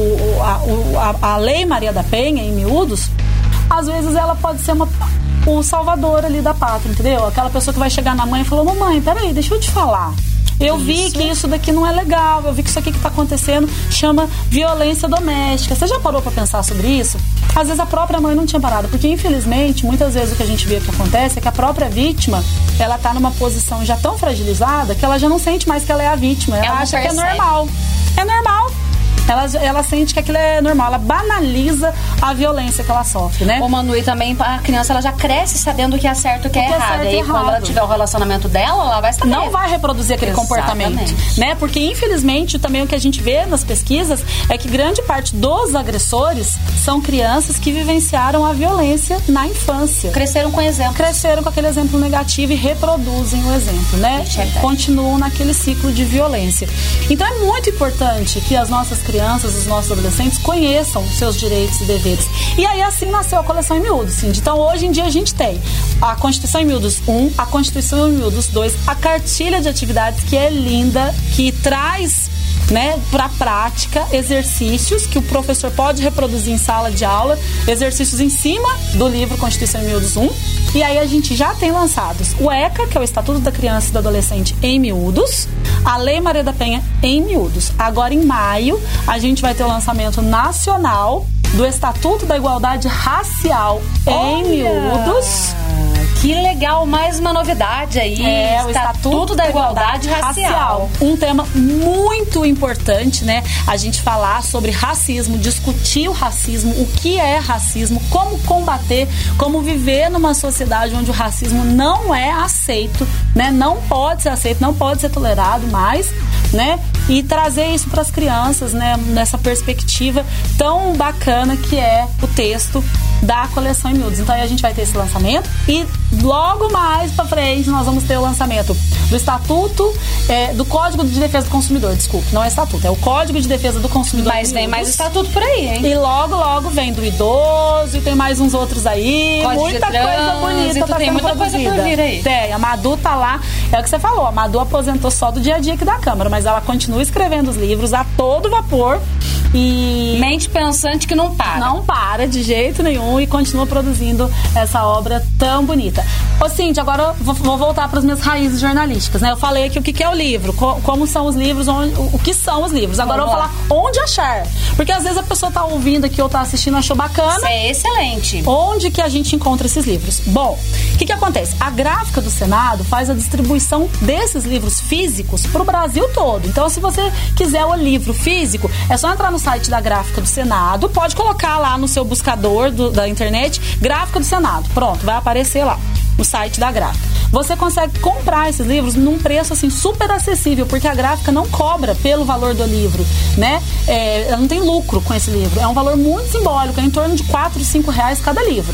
B: a Lei Maria da Penha, em miúdos, às vezes ela pode ser o salvador ali da pátria, entendeu? Aquela pessoa que vai chegar na mãe e falar, mamãe, peraí, deixa eu te falar. Eu vi que isso daqui não é legal, eu vi que isso aqui que tá acontecendo chama violência doméstica. Você já parou pra pensar sobre isso? Às vezes a própria mãe não tinha parado, porque infelizmente, muitas vezes o que a gente vê que acontece é que a própria vítima, ela tá numa posição já tão fragilizada que ela já não sente mais que ela é a vítima. Ela acha que é normal. É normal. Ela sente que aquilo é normal, ela banaliza a violência que ela sofre, né?
A: Ô Manu, e também a criança, ela já cresce sabendo o que é certo e o que é errado. E quando ela tiver o relacionamento dela, ela vai saber.
B: Não vai reproduzir aquele comportamento, né? Porque infelizmente também o que a gente vê nas pesquisas é que grande parte dos agressores são crianças que vivenciaram a violência na infância.
A: Cresceram com exemplo.
B: Cresceram com aquele exemplo negativo e reproduzem o exemplo, né? Continuam naquele ciclo de violência. Então é muito importante que as nossas crianças, os nossos adolescentes conheçam seus direitos e deveres. E aí assim nasceu a coleção em miúdos, Cindy. Então hoje em dia a gente tem a Constituição em miúdos 1, a Constituição em miúdos 2, a cartilha de atividades que é linda, que traz, né, para prática exercícios que o professor pode reproduzir em sala de aula, exercícios em cima do livro Constituição em miúdos 1. E aí a gente já tem lançados o ECA, que é o Estatuto da Criança e do Adolescente em miúdos, a Lei Maria da Penha em miúdos. Agora em maio a gente vai ter o lançamento nacional do Estatuto da Igualdade Racial em miúdos.
A: Que legal, mais uma novidade aí.
B: O Estatuto da Igualdade Racial. Um tema muito importante, né? A gente falar sobre racismo, discutir o racismo, o que é racismo, como combater, como viver numa sociedade onde o racismo não é aceito, né? Não pode ser aceito, não pode ser tolerado mais, né? e trazer isso para as crianças, né, nessa perspectiva tão bacana que é o texto da coleção em miúdos. Então aí a gente vai ter esse lançamento e logo mais pra frente nós vamos ter o lançamento do Estatuto, do Código de Defesa do Consumidor, desculpe, não é Estatuto, é o Código de Defesa do Consumidor.
A: Mas vem mais Estatuto por aí, hein?
B: E logo vem do idoso e tem mais uns outros aí.
A: Código
B: muita
A: de trânsito,
B: coisa bonita tá
A: tem
B: sendo
A: muita
B: produzida.
A: coisa por vir aí.
B: Tem, a Madu tá lá, é o que você falou, a Madu aposentou só do dia a dia aqui da Câmara, mas ela continua escrevendo os livros a todo vapor e...
A: Mente pensante que não para.
B: Não para de jeito nenhum e continua produzindo essa obra tão bonita. Ô Cíntia, agora eu vou voltar para as minhas raízes jornalísticas, né? Eu falei aqui o que é o livro, como são os livros, o que são os livros. Agora eu vou falar onde achar. Porque às vezes a pessoa tá ouvindo aqui ou tá assistindo, achou bacana.
A: Isso é excelente.
B: Onde que a gente encontra esses livros? Bom, o que acontece? A Gráfica do Senado faz a distribuição desses livros físicos pro Brasil todo. Então, se você quiser o livro físico, é só entrar no site da Gráfica do Senado, pode colocar lá no seu buscador da internet, Gráfica do Senado. Pronto, vai aparecer lá no site da Gráfica. Você consegue comprar esses livros num preço assim super acessível, porque a Gráfica não cobra pelo valor do livro, né? Ela não tem lucro com esse livro. É um valor muito simbólico, é em torno de R$4, R$5 cada livro.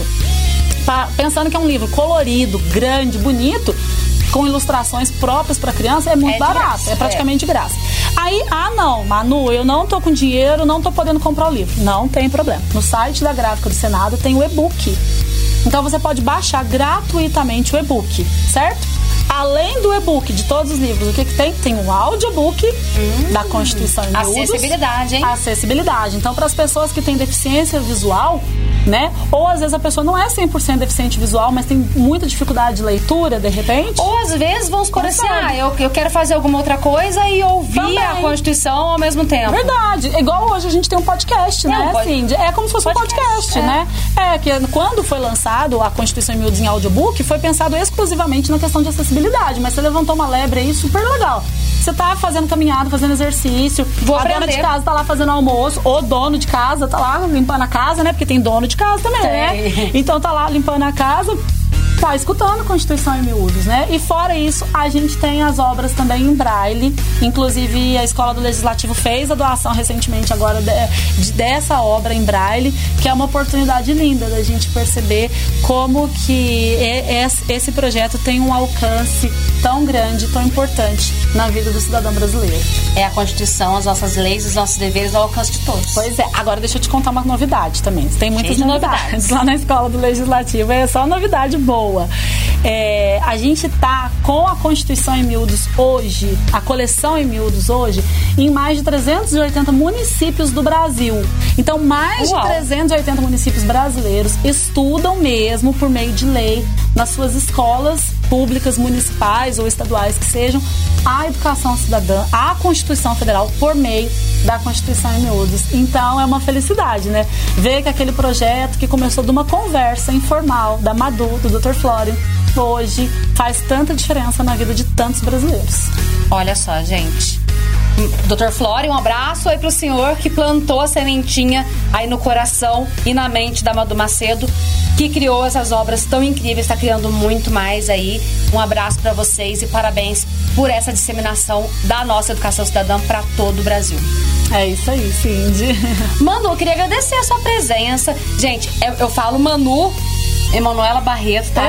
B: Pensando que é um livro colorido, grande, bonito, com ilustrações próprias para criança, é muito barato, é praticamente de graça. Aí, não, Manu, eu não tô com dinheiro, não tô podendo comprar o livro. Não tem problema. No site da Gráfica do Senado tem o e-book. Então você pode baixar gratuitamente o e-book, certo? Além do e-book de todos os livros, o que tem? Tem um audiobook da Constituição em miúdos.
A: Acessibilidade, hein?
B: Acessibilidade. Então, para as pessoas que têm deficiência visual, né? Ou às vezes a pessoa não é 100% deficiente visual, mas tem muita dificuldade de leitura, de repente.
A: Ou às vezes vamos por assim, eu quero fazer alguma outra coisa e ouvir também a Constituição ao mesmo tempo.
B: Verdade. Igual hoje a gente tem um podcast, né? Assim, é como se fosse um podcast, né? Que quando foi lançado a Constituição em miúdos em audiobook, foi pensado exclusivamente na questão de acessibilidade, mas você levantou uma lebre aí super legal. Você tá fazendo caminhada, fazendo exercício, dona de casa tá lá fazendo almoço, o dono de casa tá lá limpando a casa, né? Porque tem dono de casa também, né? Então tá lá limpando a casa, tá escutando a Constituição em miúdos, né? E fora isso, a gente tem as obras também em braille. Inclusive, a Escola do Legislativo fez a doação recentemente agora dessa obra em braille, que é uma oportunidade linda da gente perceber como que esse projeto tem um alcance tão grande, tão importante na vida do cidadão brasileiro.
A: É a Constituição, as nossas leis, os nossos deveres ao alcance de todos.
B: Pois é. Agora deixa eu te contar uma novidade também. Tem muitas novidades lá na Escola do Legislativo. É só novidade boa. A gente tá com a Constituição em miúdos hoje, a coleção em miúdos hoje, em mais de 380 municípios do Brasil. Então, mais de 380 municípios brasileiros estudam mesmo, por meio de lei, nas suas escolas públicas, municipais ou estaduais que sejam, a educação cidadã, a Constituição Federal, por meio da Constituição em miúdos. Então, é uma felicidade, né? Ver que aquele projeto que começou de uma conversa informal da Madu, do Dr. Flório, hoje faz tanta diferença na vida de tantos brasileiros.
A: Olha só, gente. Dr. Flório, um abraço aí pro senhor que plantou a sementinha aí no coração e na mente da Madu Macedo, que criou essas obras tão incríveis, está criando muito mais aí. Um abraço para vocês e parabéns por essa disseminação da nossa educação cidadã para todo o Brasil.
B: É isso aí, Cindy.
A: Manu, eu queria agradecer a sua presença. Gente, eu falo Manu, Emanuela Barreto, tá?
B: É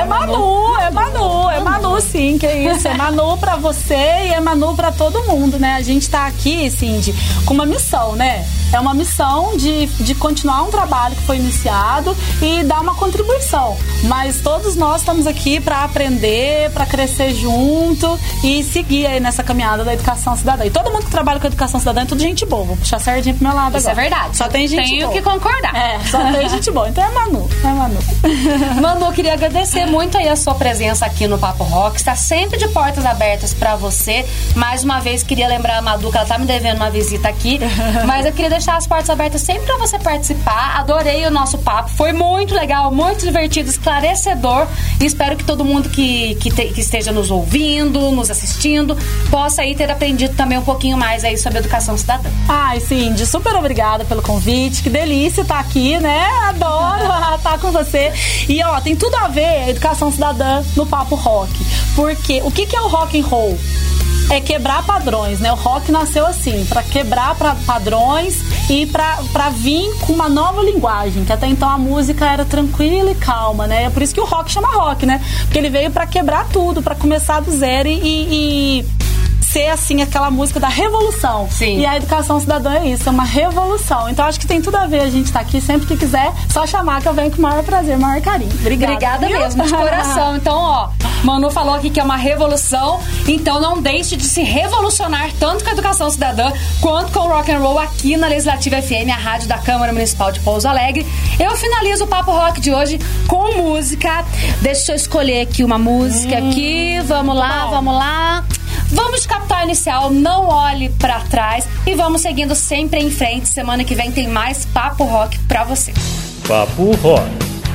B: Manu, sim, que é isso. É Manu pra você e é Manu pra todo mundo, né? A gente tá aqui, Cindy, com uma missão, né? É uma missão de continuar um trabalho que foi iniciado e dar uma contribuição. Mas todos nós estamos aqui pra aprender, pra crescer junto e seguir aí nessa caminhada da educação cidadã. E todo mundo que trabalha com educação cidadã é tudo gente boa. Vou puxar a sardinha pro meu lado agora.
A: Isso é verdade.
B: Só tem gente boa.
A: Tenho que concordar.
B: Só tem gente boa. Então é Manu.
A: Manu, eu queria agradecer muito aí a sua presença aqui no Papo Rock. Está sempre de portas abertas pra você. Mais uma vez, queria lembrar a Madu que ela tá me devendo uma visita aqui. Mas eu queria deixar as portas abertas sempre pra você participar. Adorei o nosso papo. Foi muito legal, muito divertido, esclarecedor. E espero que todo mundo que esteja nos ouvindo, nos assistindo, possa aí ter aprendido também um pouquinho mais aí sobre educação cidadã.
B: Ai, Cindy, super obrigada pelo convite. Que delícia estar aqui, né? Adoro estar com você. E ó, tem tudo a ver a educação cidadã no Papo Rock. Porque o que é o rock and roll? é quebrar padrões, né? O rock nasceu assim, para quebrar padrões e para vir com uma nova linguagem, que até então a música era tranquila e calma, né? É por isso que o rock chama rock, né? Porque ele veio para quebrar tudo, para começar do zero e ser, assim, aquela música da revolução.
A: Sim.
B: E a educação cidadã é isso, é uma revolução. Então, acho que tem tudo a ver a gente estar aqui. Sempre que quiser, só chamar que eu venho com o maior prazer, o maior carinho.
A: Obrigada mesmo, de coração. Então, ó, Manu falou aqui que é uma revolução, então não deixe de se revolucionar tanto com a educação cidadã quanto com o rock and roll aqui na Legislativa FM, a rádio da Câmara Municipal de Pouso Alegre. Eu finalizo o Papo Rock de hoje com música. Deixa eu escolher aqui uma música aqui. Vamos lá. Vamos de Capital Inicial, Não Olhe Pra Trás, e vamos seguindo sempre em frente. Semana que vem tem mais Papo Rock pra você.
E: Papo Rock.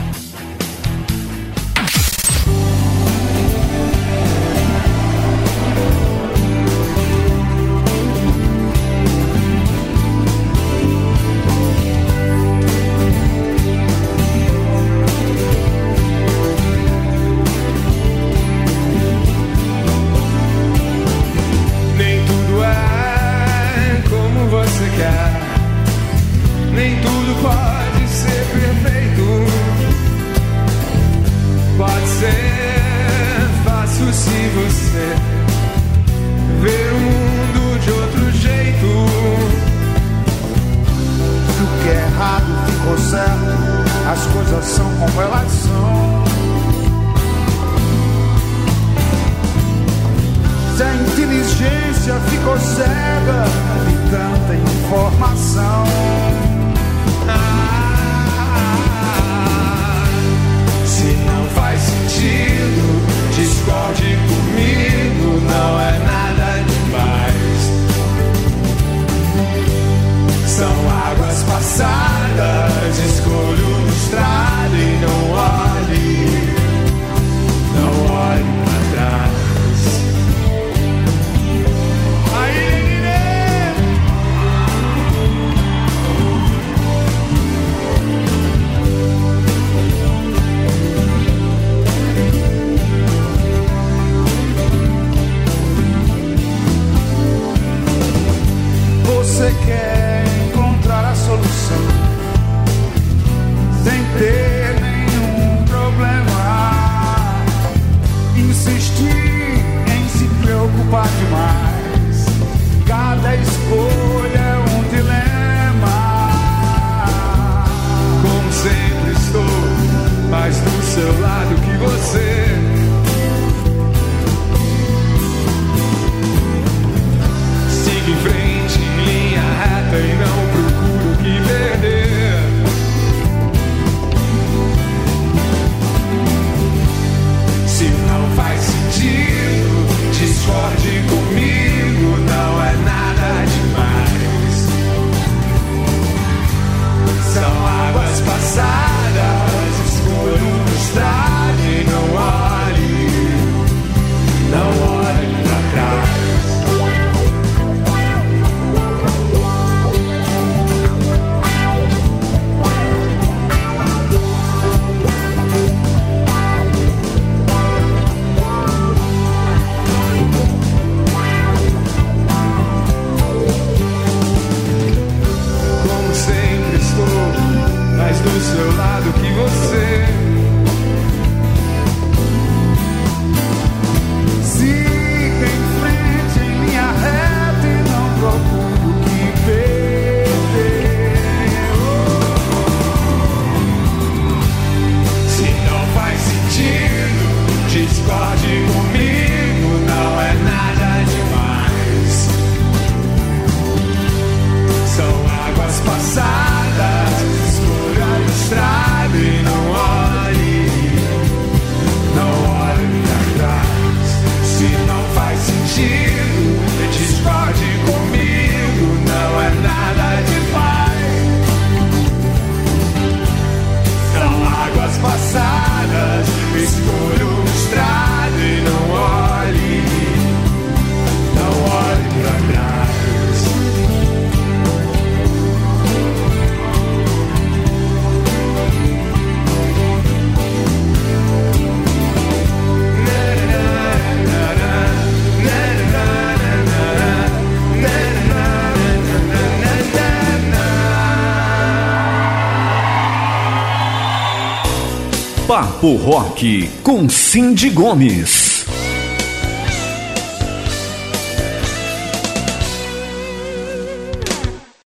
C: Nem tudo pode ser perfeito. Pode ser fácil se você ver o mundo de outro jeito.
F: Se o que é errado ficou certo, as coisas são como elas são. Se a inteligência ficou cega de tanta informação,
C: se não faz sentido, discorde comigo, não é nada demais. São águas passadas, escolho o estrado e não olhe pra trás.
G: Papo Rock com Cindy Gomes.